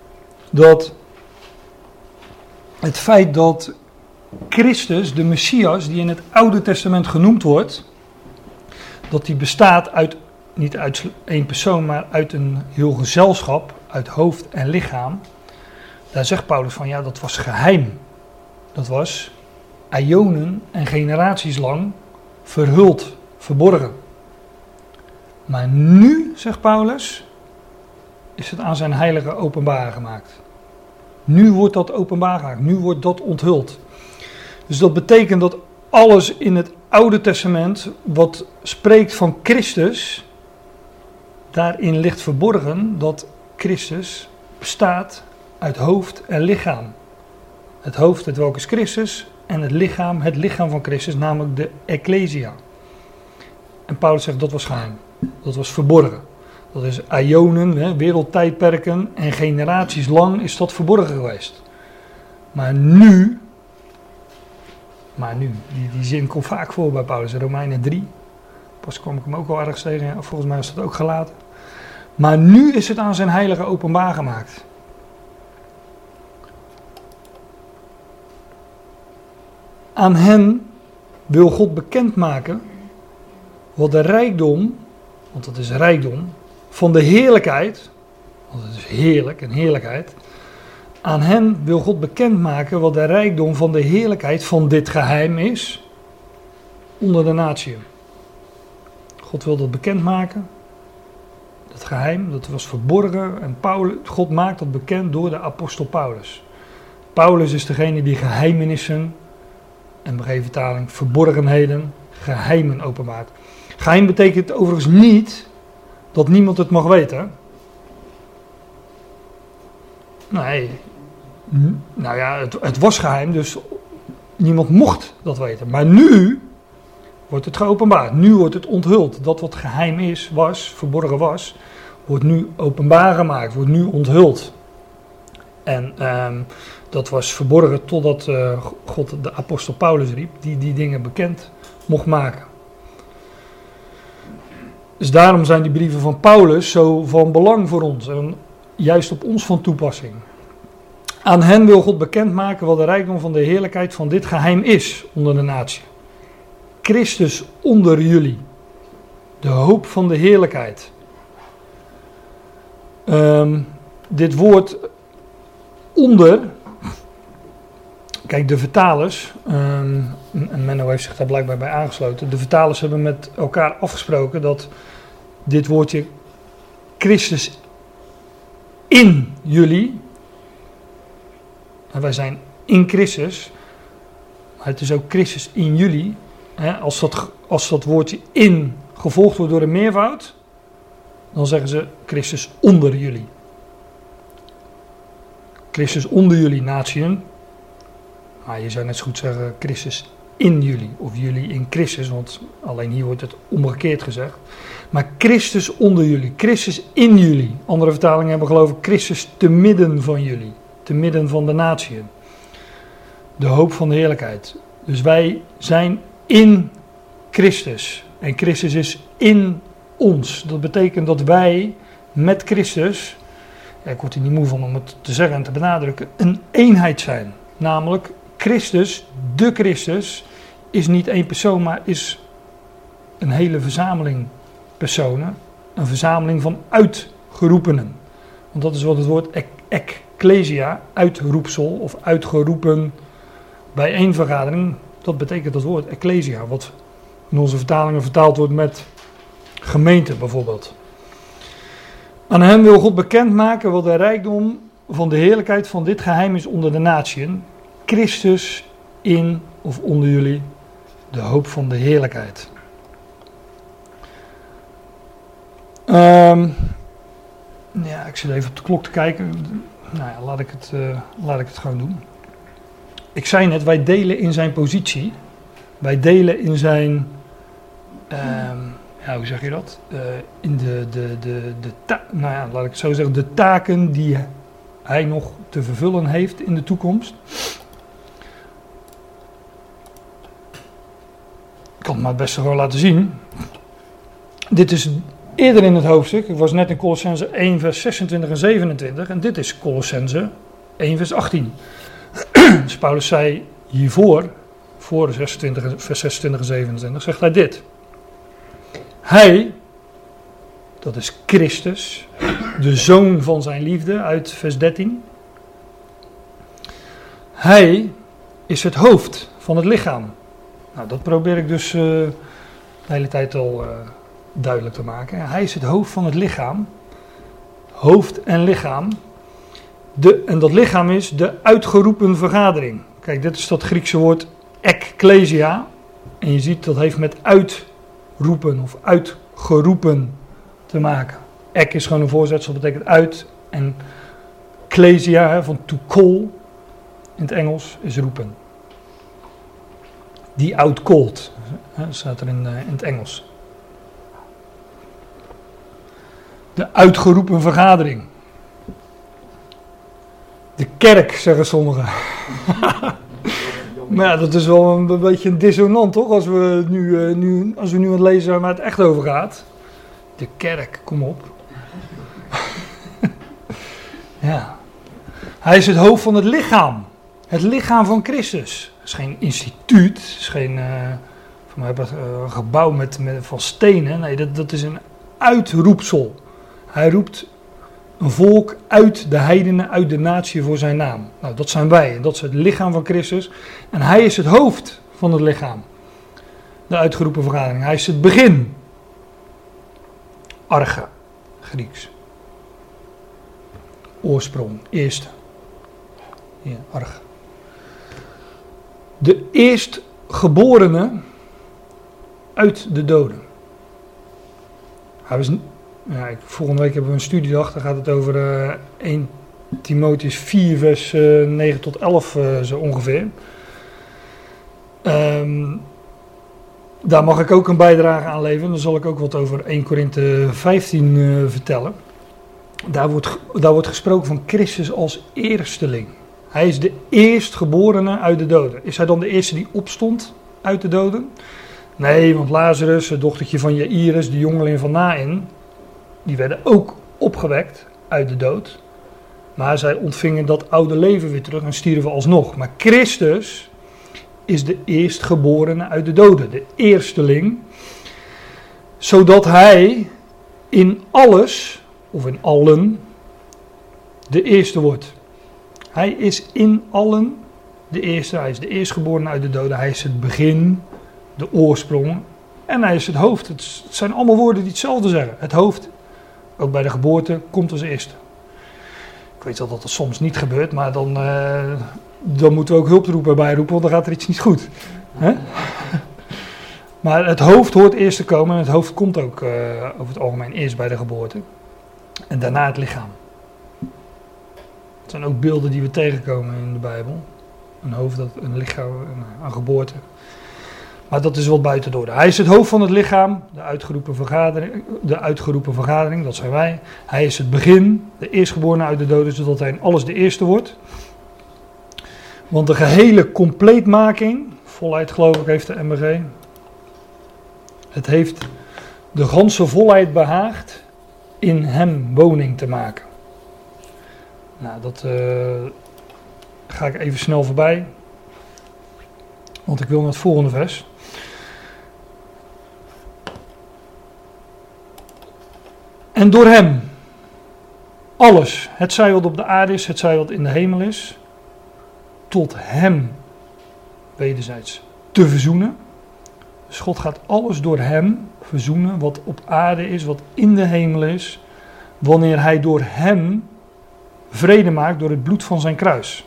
Speaker 1: dat Christus, de Messias, die in het Oude Testament genoemd wordt, dat die bestaat niet uit één persoon, maar uit een heel gezelschap, uit hoofd en lichaam. Daar zegt Paulus van, ja, dat was geheim. Dat was eonen en generaties lang verhuld, verborgen. Maar nu, zegt Paulus, is het aan zijn heilige openbaar gemaakt. Nu wordt dat openbaar gemaakt. Nu wordt dat onthuld. Dus dat betekent dat alles in het Oude Testament wat spreekt van Christus, daarin ligt verborgen dat Christus bestaat uit hoofd en lichaam. Het hoofd, het welk is Christus, en het lichaam van Christus, namelijk de Ecclesia. En Paulus zegt dat was geheim, dat was verborgen. Dat is aionen, wereldtijdperken en generaties lang is dat verborgen geweest. Maar nu, die zin komt vaak voor bij Paulus, Romeinen 3. Pas kwam ik hem ook al ergens tegen, ja, volgens mij is dat ook gelaten. Maar nu is het aan zijn heilige openbaar gemaakt. Aan hen wil God bekendmaken wat de rijkdom, want dat is rijkdom, van de heerlijkheid, want het is heerlijk, een heerlijkheid. Aan hen wil God bekendmaken wat de rijkdom van de heerlijkheid van dit geheim is onder de natieën. God wil dat bekendmaken, dat geheim, dat was verborgen en God maakt dat bekend door de apostel Paulus. Paulus is degene die geheimenissen, en bij vertaling verborgenheden, geheimen openbaart. Geheim betekent overigens niet dat niemand het mag weten. Nee, nou ja, het was geheim, dus niemand mocht dat weten. Maar nu wordt het geopenbaard. Nu wordt het onthuld. Dat wat geheim verborgen was, wordt nu openbaar gemaakt, wordt nu onthuld. En dat was verborgen totdat God de apostel Paulus riep, die dingen bekend mocht maken. Dus daarom zijn die brieven van Paulus zo van belang voor ons en juist op ons van toepassing. Aan hen wil God bekendmaken wat de rijkdom van de heerlijkheid van dit geheim is onder de natie. Christus onder jullie, de hoop van de heerlijkheid. Dit woord onder, kijk, de vertalers, en Menno heeft zich daar blijkbaar bij aangesloten, de vertalers hebben met elkaar afgesproken dat dit woordje Christus in jullie, en wij zijn in Christus, maar het is ook Christus in jullie, als dat woordje in gevolgd wordt door een meervoud, dan zeggen ze Christus onder jullie. Christus onder jullie natieën. Maar je zou net zo goed zeggen Christus in jullie. Of jullie in Christus. Want alleen hier wordt het omgekeerd gezegd. Maar Christus onder jullie. Christus in jullie. Andere vertalingen hebben geloof ik Christus te midden van jullie. Te midden van de natieën. De hoop van de heerlijkheid. Dus wij zijn in Christus. En Christus is in ons. Dat betekent dat wij met Christus, ik word er niet moe van om het te zeggen en te benadrukken, een eenheid zijn. Namelijk Christus, de Christus, is niet één persoon, maar is een hele verzameling personen. Een verzameling van uitgeroepenen. Want dat is wat het woord ecclesia, uitroepsel of uitgeroepen bijeenvergadering, dat betekent dat woord ecclesia, wat in onze vertalingen vertaald wordt met gemeente bijvoorbeeld. Aan hen wil God bekendmaken wat de rijkdom van de heerlijkheid van dit geheim is onder de natieën. Christus in of onder jullie, de hoop van de heerlijkheid. Ja, ik zit even op de klok te kijken. Nou ja, laat ik het gewoon doen. Ik zei net, wij delen in zijn positie. Wij delen in zijn, hoe zeg je dat? In laat ik het zo zeggen, de taken die hij nog te vervullen heeft in de toekomst. Ik kan het maar het beste gewoon laten zien. Dit is eerder in het hoofdstuk. Ik was net in Colossenzen 1 vers 26 en 27. En dit is Colossenzen 1 vers 18. Dus Paulus zei hiervoor, voor vers 26 en 27, zegt hij dit. Hij, dat is Christus, de zoon van zijn liefde uit vers 13. Hij is het hoofd van het lichaam. Nou, dat probeer ik dus de hele tijd al duidelijk te maken. Hij is het hoofd van het lichaam. Hoofd en lichaam. En dat lichaam is de uitgeroepen vergadering. Kijk, dit is dat Griekse woord ekklesia. En je ziet dat heeft met uitroepen of uitgeroepen te maken. Ek is gewoon een voorzetsel, betekent uit. En klesia, van to call, in het Engels, is roepen. Die outcalled, staat er in het Engels. De uitgeroepen vergadering. De kerk, zeggen sommigen. Maar ja, dat is wel een beetje een dissonant, toch? Als we nu aan het lezen zijn waar het echt over gaat. De kerk, kom op. Ja. Hij is het hoofd van het lichaam. Het lichaam van Christus. Het is geen instituut. Het is geen van mij een gebouw van stenen. Nee, dat is een uitroepsel. Hij roept een volk uit de heidenen, uit de natie voor zijn naam. Nou, dat zijn wij. En dat is het lichaam van Christus. En hij is het hoofd van het lichaam. De uitgeroepen vergadering. Hij is het begin. Arche, Grieks. Oorsprong, eerste. Ja, arche. De eerstgeborene uit de doden. Hij was, volgende week hebben we een studiedag, daar gaat het over 1 Timotheüs 4 vers 9 tot 11 zo ongeveer. Daar mag ik ook een bijdrage aan leveren. Dan zal ik ook wat over 1 Korinthe 15 vertellen. Daar wordt gesproken van Christus als eersteling. Hij is de eerstgeborene uit de doden. Is hij dan de eerste die opstond uit de doden? Nee, want Lazarus, het dochtertje van Jairus, de jongeling van Nain, die werden ook opgewekt uit de dood. Maar zij ontvingen dat oude leven weer terug en stierven alsnog. Maar Christus is de eerstgeborene uit de doden, de eersteling. Zodat hij in alles, of in allen, de eerste wordt. Hij is in allen de eerste. Hij is de eerstgeborene uit de doden. Hij is het begin, de oorsprong. En hij is het hoofd. Het zijn allemaal woorden die hetzelfde zeggen. Het hoofd, ook bij de geboorte, komt als eerste. Ik weet wel dat dat soms niet gebeurt, maar dan moeten we ook hulproepen bijroepen, want dan gaat er iets niet goed. Hè? Maar het hoofd hoort eerst te komen en het hoofd komt ook over het algemeen eerst bij de geboorte. En daarna het lichaam. Het zijn ook beelden die we tegenkomen in de Bijbel. Een hoofd, een lichaam, een geboorte. Maar dat is wat buiten de orde. Hij is het hoofd van het lichaam, de uitgeroepen vergadering, dat zijn wij. Hij is het begin, de eerstgeborene uit de doden, zodat hij in alles de eerste wordt. Want de gehele compleetmaking, volheid geloof ik heeft de MBG. Het heeft de ganse volheid behaagd in hem woning te maken. Nou, dat ga ik even snel voorbij. Want ik wil naar het volgende vers. En door hem, alles, het zij wat op de aarde is, het zij wat in de hemel is, tot hem, wederzijds, te verzoenen. Dus God gaat alles door hem verzoenen, wat op aarde is, wat in de hemel is, wanneer hij door hem vrede maakt door het bloed van zijn kruis.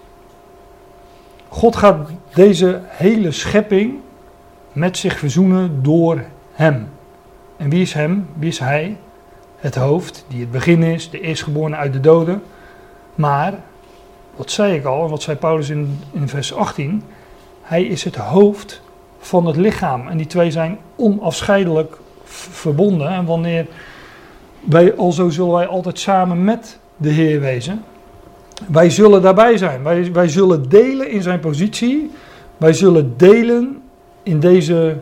Speaker 1: God gaat deze hele schepping met zich verzoenen door hem. En wie is hem? Wie is hij? Het hoofd, die het begin is, de eerstgeborene uit de doden. Maar, wat zei ik al, en wat zei Paulus in vers 18, hij is het hoofd van het lichaam. En die twee zijn onafscheidelijk verbonden. En wanneer alzo zullen wij altijd samen met de Heer wezen. Wij zullen daarbij zijn. Wij zullen delen in zijn positie. Wij zullen delen in deze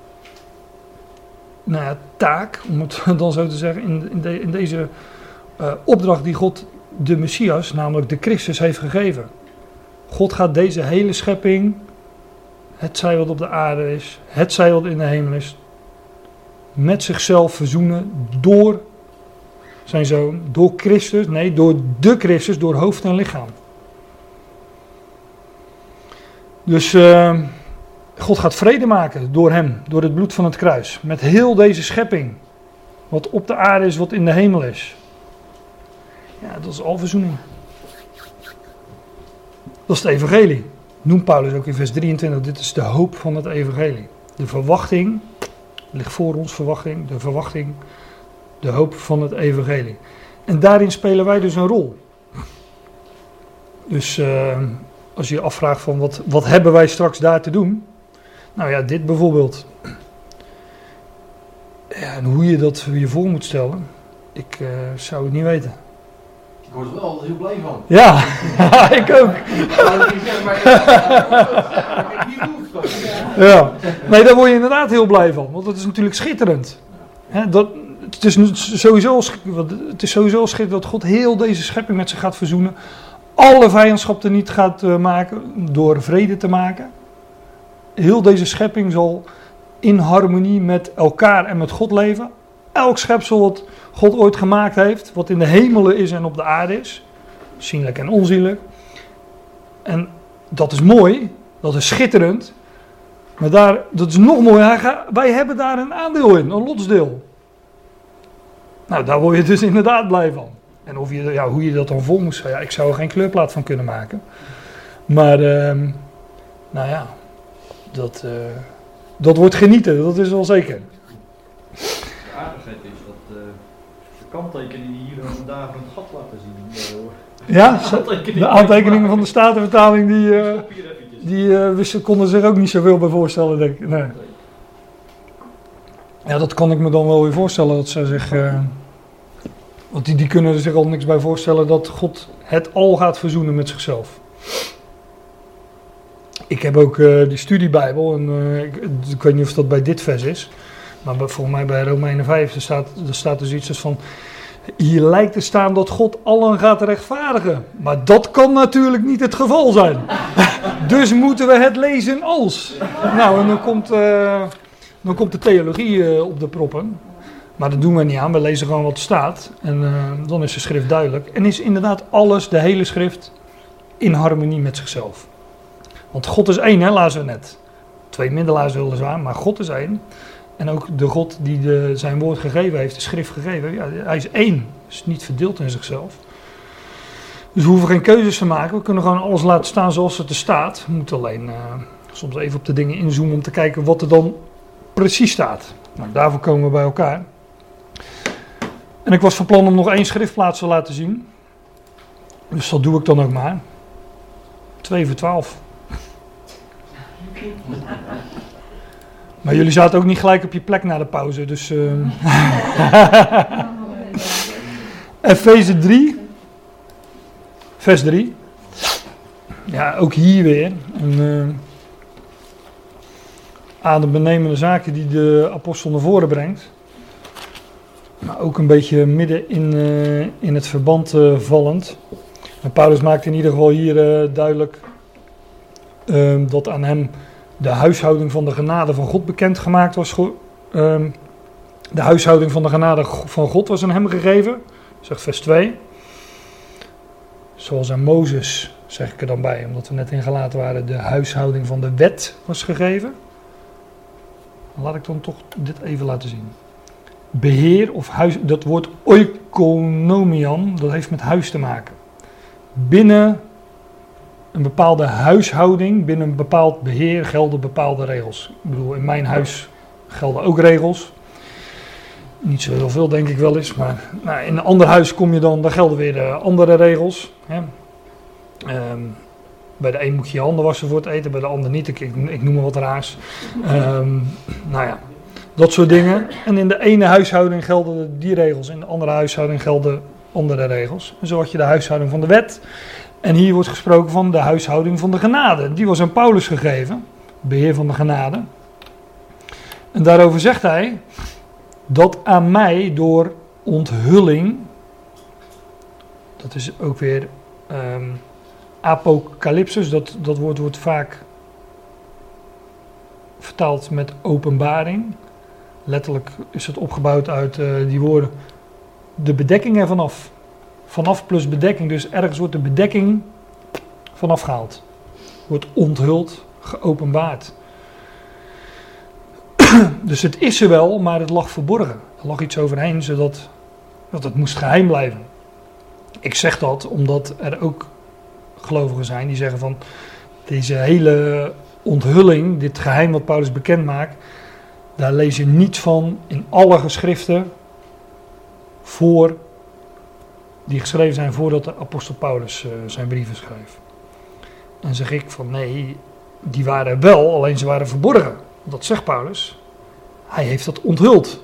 Speaker 1: taak, om het dan zo te zeggen, in deze opdracht die God de Messias, namelijk de Christus, heeft gegeven. God gaat deze hele schepping, het zij wat op de aarde is, het zij wat in de hemel is, met zichzelf verzoenen door zijn zoon, door Christus, door de Christus, door hoofd en lichaam. Dus God gaat vrede maken door hem, door het bloed van het kruis. Met heel deze schepping. Wat op de aarde is, wat in de hemel is. Ja, dat is al verzoening. Dat is het evangelie. Noemt Paulus ook in vers 23, dit is de hoop van het evangelie. De verwachting, ligt voor ons verwachting, de hoop van het evangelie. En daarin spelen wij dus een rol. Dus als je je afvraagt van wat hebben wij straks daar te doen? Nou ja, dit bijvoorbeeld. Ja, en hoe je dat je voor moet stellen, ik zou het niet weten.
Speaker 2: Ik word er wel altijd heel blij van.
Speaker 1: Ja, ik ook. Ja, nee, daar word je inderdaad heel blij van, want dat is natuurlijk schitterend. Het is sowieso schitterend dat God heel deze schepping met zich gaat verzoenen. Alle vijandschap er niet gaat maken door vrede te maken. Heel deze schepping zal in harmonie met elkaar en met God leven. Elk schepsel wat God ooit gemaakt heeft, wat in de hemelen is en op de aarde is. Zienlijk en onzienlijk. En dat is mooi, dat is schitterend. Maar dat is nog mooier, wij hebben daar een aandeel in, een lotsdeel. Nou, daar word je dus inderdaad blij van. En hoe je dat dan vol moest zeggen, ik zou er geen kleurplaat van kunnen maken. Maar, nou ja, dat wordt genieten, dat is wel zeker.
Speaker 3: De aardigheid is dat de kanttekeningen hier een daverend gat laten zien.
Speaker 1: Ja, de aantekeningen van de Statenvertaling, die konden zich ook niet zoveel bij voorstellen, denk ik. Nee. Ja, dat kan ik me dan wel weer voorstellen, dat ze zich... want die kunnen er zich al niks bij voorstellen dat God het al gaat verzoenen met zichzelf. Ik heb ook die studiebijbel, en ik weet niet of dat bij dit vers is, maar volgens mij bij Romeinen 5, er staat dus iets als van, hier lijkt te staan dat God allen gaat rechtvaardigen. Maar dat kan natuurlijk niet het geval zijn. Dus moeten we het lezen als. Nou, en dan komt de theologie op de proppen. Maar dat doen we niet aan, we lezen gewoon wat er staat. En dan is de schrift duidelijk. En is inderdaad alles, de hele schrift, in harmonie met zichzelf. Want God is één, hè, lazen we net. 2 middelaars weliswaar, maar God is één. En ook de God die zijn woord gegeven heeft, de schrift gegeven, ja, hij is één. Is niet verdeeld in zichzelf. Dus we hoeven geen keuzes te maken. We kunnen gewoon alles laten staan zoals het er staat. We moeten alleen soms even op de dingen inzoomen om te kijken wat er dan precies staat. Nou, daarvoor komen we bij elkaar. En ik was van plan om nog 1 schriftplaats te laten zien. Dus dat doe ik dan ook maar. 2:12. Maar jullie zaten ook niet gelijk op je plek na de pauze, dus... Efeze 3, vers 3. Ja, ook hier weer. Adembenemende zaken die de apostel naar voren brengt. Maar ook een beetje midden in het verband vallend. En Paulus maakt in ieder geval hier duidelijk dat aan hem de huishouding van de genade van God bekendgemaakt was. De huishouding van de genade van God was aan hem gegeven, zegt vers 2. Zoals aan Mozes, zeg ik er dan bij, omdat we net ingelaten waren, de huishouding van de wet was gegeven. Laat ik dan toch dit even laten zien. Beheer of huis, dat woord oikonomian, dat heeft met huis te maken. Binnen een bepaalde huishouding, binnen een bepaald beheer gelden bepaalde regels. Ik bedoel, in mijn huis gelden ook regels. Niet zo heel veel, denk ik wel eens, maar nou, in een ander huis kom je dan, daar gelden weer andere regels. Hè. Bij de een moet je je handen wassen voor het eten, bij de ander niet. Ik noem maar wat raars. Nou ja, dat soort dingen. En in de ene huishouding gelden die regels, in de andere huishouding gelden andere regels. En zo had je de huishouding van de wet. En hier wordt gesproken van de huishouding van de genade. Die was aan Paulus gegeven, beheer van de genade. En daarover zegt hij dat aan mij door onthulling, dat is ook weer apocalypsis, dat woord wordt vaak vertaald met openbaring. Letterlijk is het opgebouwd uit die woorden, de bedekking ervan vanaf plus bedekking, dus ergens wordt de bedekking vanaf gehaald. Wordt onthuld, geopenbaard. Dus het is er wel, maar het lag verborgen. Er lag iets overheen, zodat het moest geheim blijven. Ik zeg dat omdat er ook gelovigen zijn die zeggen van deze hele onthulling, dit geheim wat Paulus bekend maakt, daar lees je niets van in alle geschriften die geschreven zijn voordat de apostel Paulus zijn brieven schreef. En zeg ik van nee, die waren wel, alleen ze waren verborgen. Dat zegt Paulus. Hij heeft dat onthuld.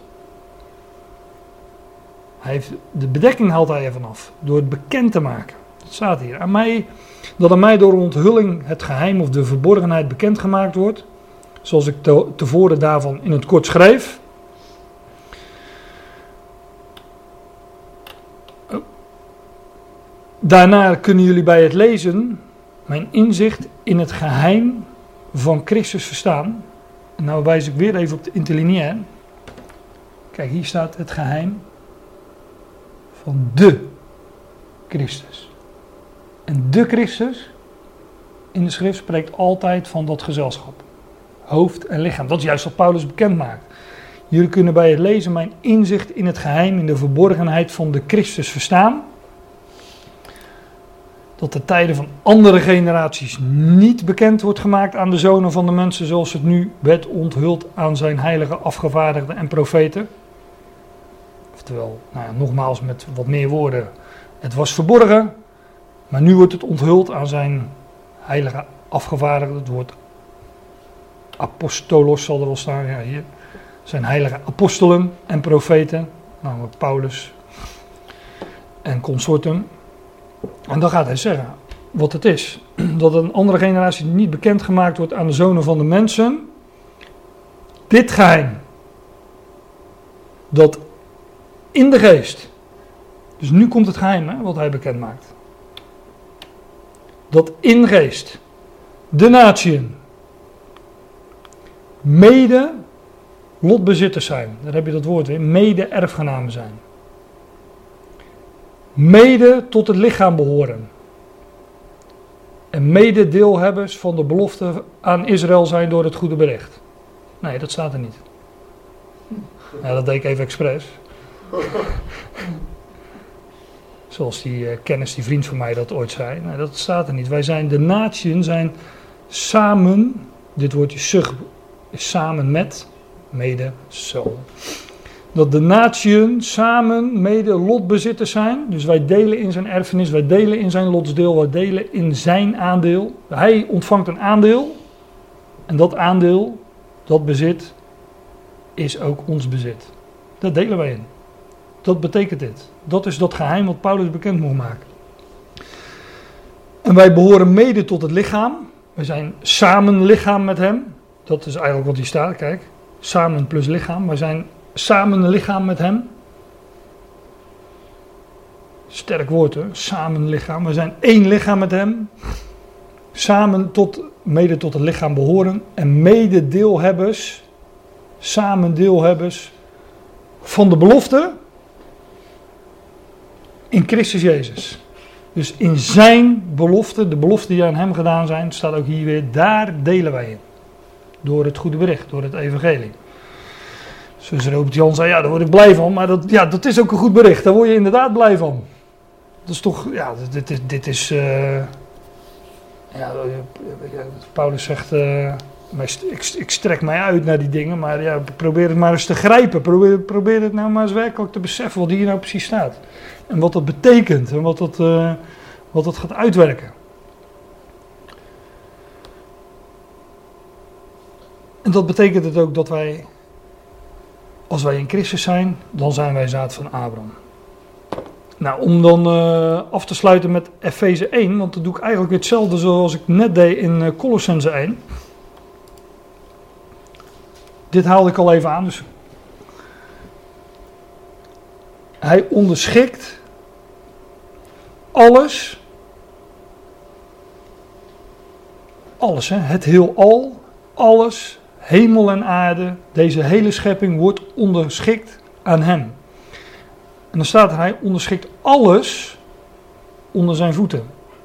Speaker 1: De bedekking haalt hij ervan af. Door het bekend te maken. Dat staat hier. Dat aan mij door onthulling het geheim of de verborgenheid bekendgemaakt wordt. Zoals ik tevoren daarvan in het kort schreef. Daarna kunnen jullie bij het lezen mijn inzicht in het geheim van Christus verstaan. En nou wijs ik weer even op de interlineair. Kijk, hier staat het geheim van de Christus. En de Christus in de schrift spreekt altijd van dat gezelschap. Hoofd en lichaam. Dat is juist wat Paulus bekend maakt. Jullie kunnen bij het lezen mijn inzicht in het geheim, in de verborgenheid van de Christus verstaan. Dat de tijden van andere generaties niet bekend wordt gemaakt aan de zonen van de mensen, zoals het nu werd onthuld aan zijn heilige afgevaardigden en profeten. Oftewel, nogmaals met wat meer woorden, het was verborgen, maar nu wordt het onthuld aan zijn heilige afgevaardigden. Het woord apostolos zal er wel staan, ja hier. Zijn heilige apostelen en profeten, namelijk Paulus en consorten. En dan gaat hij zeggen wat het is. Dat een andere generatie niet bekendgemaakt wordt aan de zonen van de mensen. Dit geheim. Dat in de geest. Dus nu komt het geheim wat hij bekend maakt. Dat in geest. De natieën. Mede lotbezitters zijn. Daar heb je dat woord weer. Mede erfgenamen zijn. Mede tot het lichaam behoren. En mede deelhebbers van de belofte aan Israël zijn door het goede bericht. Nee, dat staat er niet. Ja, dat deed ik even expres. Zoals die kennis, die vriend van mij dat ooit zei. Nee, dat staat er niet. Wij zijn, de natieën zijn samen, dit woordje sug is samen met, mede, zo. Dat de natieën samen mede lotbezitters zijn. Dus wij delen in zijn erfenis, wij delen in zijn lotsdeel, wij delen in zijn aandeel. Hij ontvangt een aandeel. En dat aandeel, dat bezit, is ook ons bezit. Daar delen wij in. Dat betekent dit. Dat is dat geheim wat Paulus bekend moet maken. En wij behoren mede tot het lichaam. Wij zijn samen lichaam met hem. Dat is eigenlijk wat hier staat, kijk. Samen plus lichaam. Wij zijn samen een lichaam met hem. Sterk woord hoor. Samen lichaam. We zijn één lichaam met hem. Samen mede tot het lichaam behoren. En mede deelhebbers. Samen deelhebbers. Van de belofte. In Christus Jezus. Dus in zijn belofte. De belofte die aan hem gedaan zijn. Staat ook hier weer. Daar delen wij in. Door het goede bericht. Door het evangelie. Zoals Robert Jan zei, ja, daar word ik blij van. Maar dat is ook een goed bericht. Daar word je inderdaad blij van. Dat is toch, ja, dit is... Paulus zegt, ik strek mij uit naar die dingen. Maar ja, probeer het maar eens te grijpen. Probeer het nou maar eens werkelijk te beseffen wat hier nou precies staat. En wat dat betekent. En wat dat gaat uitwerken. En dat betekent het ook dat wij... Als wij in Christus zijn, dan zijn wij zaad van Abraham. Nou, om dan af te sluiten met Efeze 1, want dat doe ik eigenlijk weer hetzelfde zoals ik net deed in Colossense 1. Dit haalde ik al even aan, dus hij onderschikt alles, het heelal, alles, hemel en aarde, deze hele schepping wordt onderschikt aan hem. En dan staat er, hij onderschikt alles onder zijn voeten.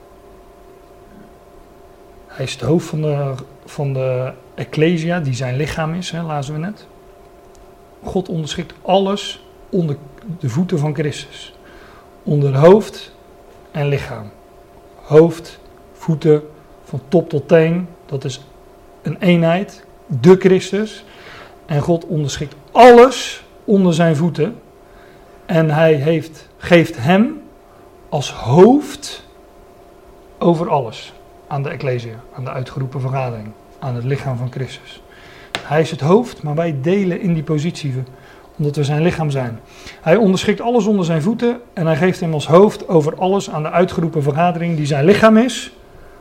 Speaker 1: Hij is het hoofd van de Ecclesia, die zijn lichaam is, lazen we net. God onderschikt alles onder de voeten van Christus. Onder hoofd en lichaam. Hoofd, voeten van top tot teen. Dat is een eenheid, de Christus. En God onderschikt alles onder zijn voeten. En hij geeft hem als hoofd over alles aan de Ecclesia, aan de uitgeroepen vergadering, aan het lichaam van Christus. Hij is het hoofd, maar wij delen in die positie, omdat we zijn lichaam zijn. Hij onderschikt alles onder zijn voeten en hij geeft hem als hoofd over alles aan de uitgeroepen vergadering die zijn lichaam is.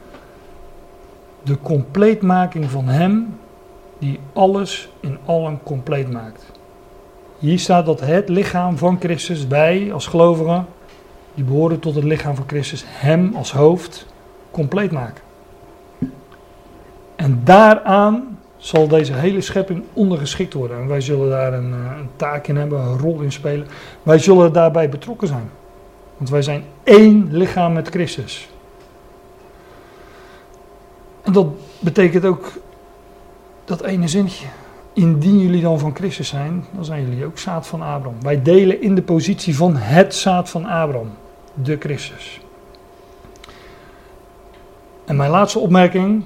Speaker 1: De compleetmaking van hem die alles in allen compleet maakt. Hier staat dat het lichaam van Christus, wij als gelovigen, die behoren tot het lichaam van Christus, hem als hoofd compleet maken. En daaraan zal deze hele schepping ondergeschikt worden. En wij zullen daar een taak in hebben, een rol in spelen. Wij zullen daarbij betrokken zijn. Want wij zijn één lichaam met Christus. En dat betekent ook dat ene zinnetje. Indien jullie dan van Christus zijn, dan zijn jullie ook zaad van Abraham. Wij delen in de positie van het zaad van Abraham, de Christus. En mijn laatste opmerking.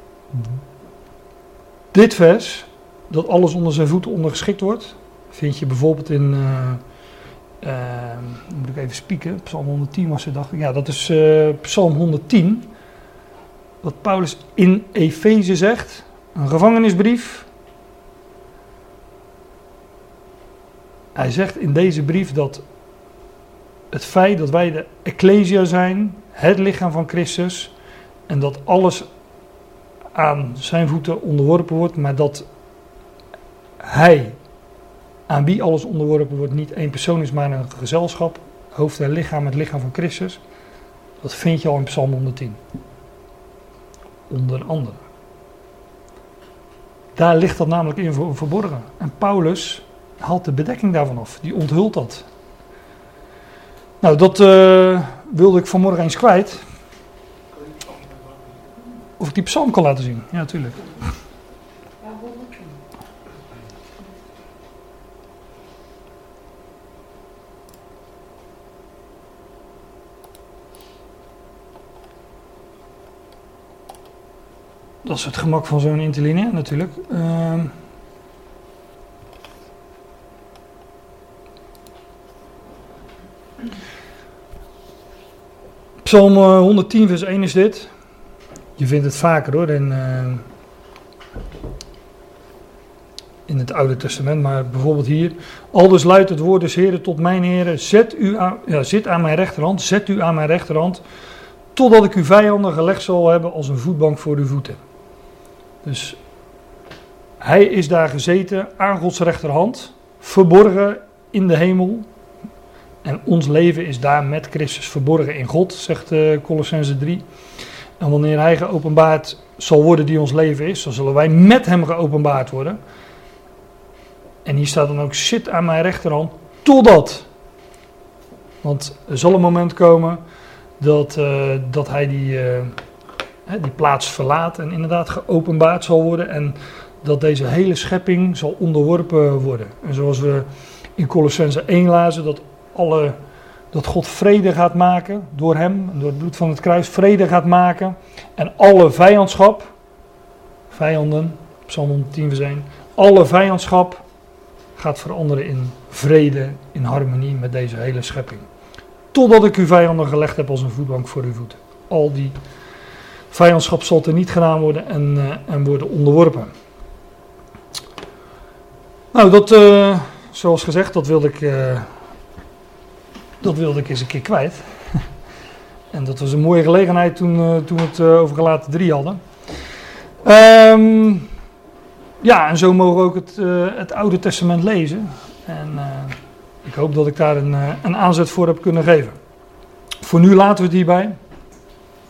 Speaker 1: Dit vers, dat alles onder zijn voeten ondergeschikt wordt, vind je bijvoorbeeld in, moet ik even spieken, Psalm 110 was het, dacht ik. Ja, dat is Psalm 110. Wat Paulus in Efeze zegt, een gevangenisbrief. Hij zegt in deze brief dat het feit dat wij de Ecclesia zijn, het lichaam van Christus, en dat alles aan zijn voeten onderworpen wordt, maar dat hij, aan wie alles onderworpen wordt, niet één persoon is, maar een gezelschap, hoofd en lichaam, het lichaam van Christus. Dat vind je al in Psalm 110. Onder andere. Daar ligt dat namelijk in verborgen. En Paulus haalt de bedekking daarvan af. Die onthult dat. Nou, dat wilde ik vanmorgen eens kwijt. Of ik die psalm kan laten zien. Ja, natuurlijk. Dat is het gemak van zo'n interlineair natuurlijk. Psalm 110 vers 1 is dit. Je vindt het vaker hoor in het Oude Testament, maar bijvoorbeeld hier. Aldus luidt het woord des Heren tot mijn Heren, zit aan mijn rechterhand, zet u aan mijn rechterhand, totdat ik uw vijanden gelegd zal hebben als een voetbank voor uw voeten. Dus hij is daar gezeten aan Gods rechterhand, verborgen in de hemel. En ons leven is daar met Christus verborgen in God, zegt Colossenzen 3. En wanneer hij geopenbaard zal worden die ons leven is, dan zullen wij met hem geopenbaard worden. En hier staat dan ook, zit aan mijn rechterhand, totdat. Want er zal een moment komen dat hij die plaats verlaat en inderdaad geopenbaard zal worden. En dat deze hele schepping zal onderworpen worden. En zoals we in Colossenzen 1 lazen, dat God vrede gaat maken door hem, door het bloed van het kruis, vrede gaat maken. En alle vijanden, Psalm 110 vers 1, alle vijandschap gaat veranderen in vrede, in harmonie met deze hele schepping. Totdat ik uw vijanden gelegd heb als een voetbank voor uw voeten. Al die vijandschap zal er niet gedaan worden en worden onderworpen. Nou, dat, zoals gezegd, dat wilde ik eens een keer kwijt. En dat was een mooie gelegenheid toen we het over Galaten 3 hadden. Ja, en zo mogen we ook het Oude Testament lezen. En ik hoop dat ik daar een aanzet voor heb kunnen geven. Voor nu laten we het hierbij.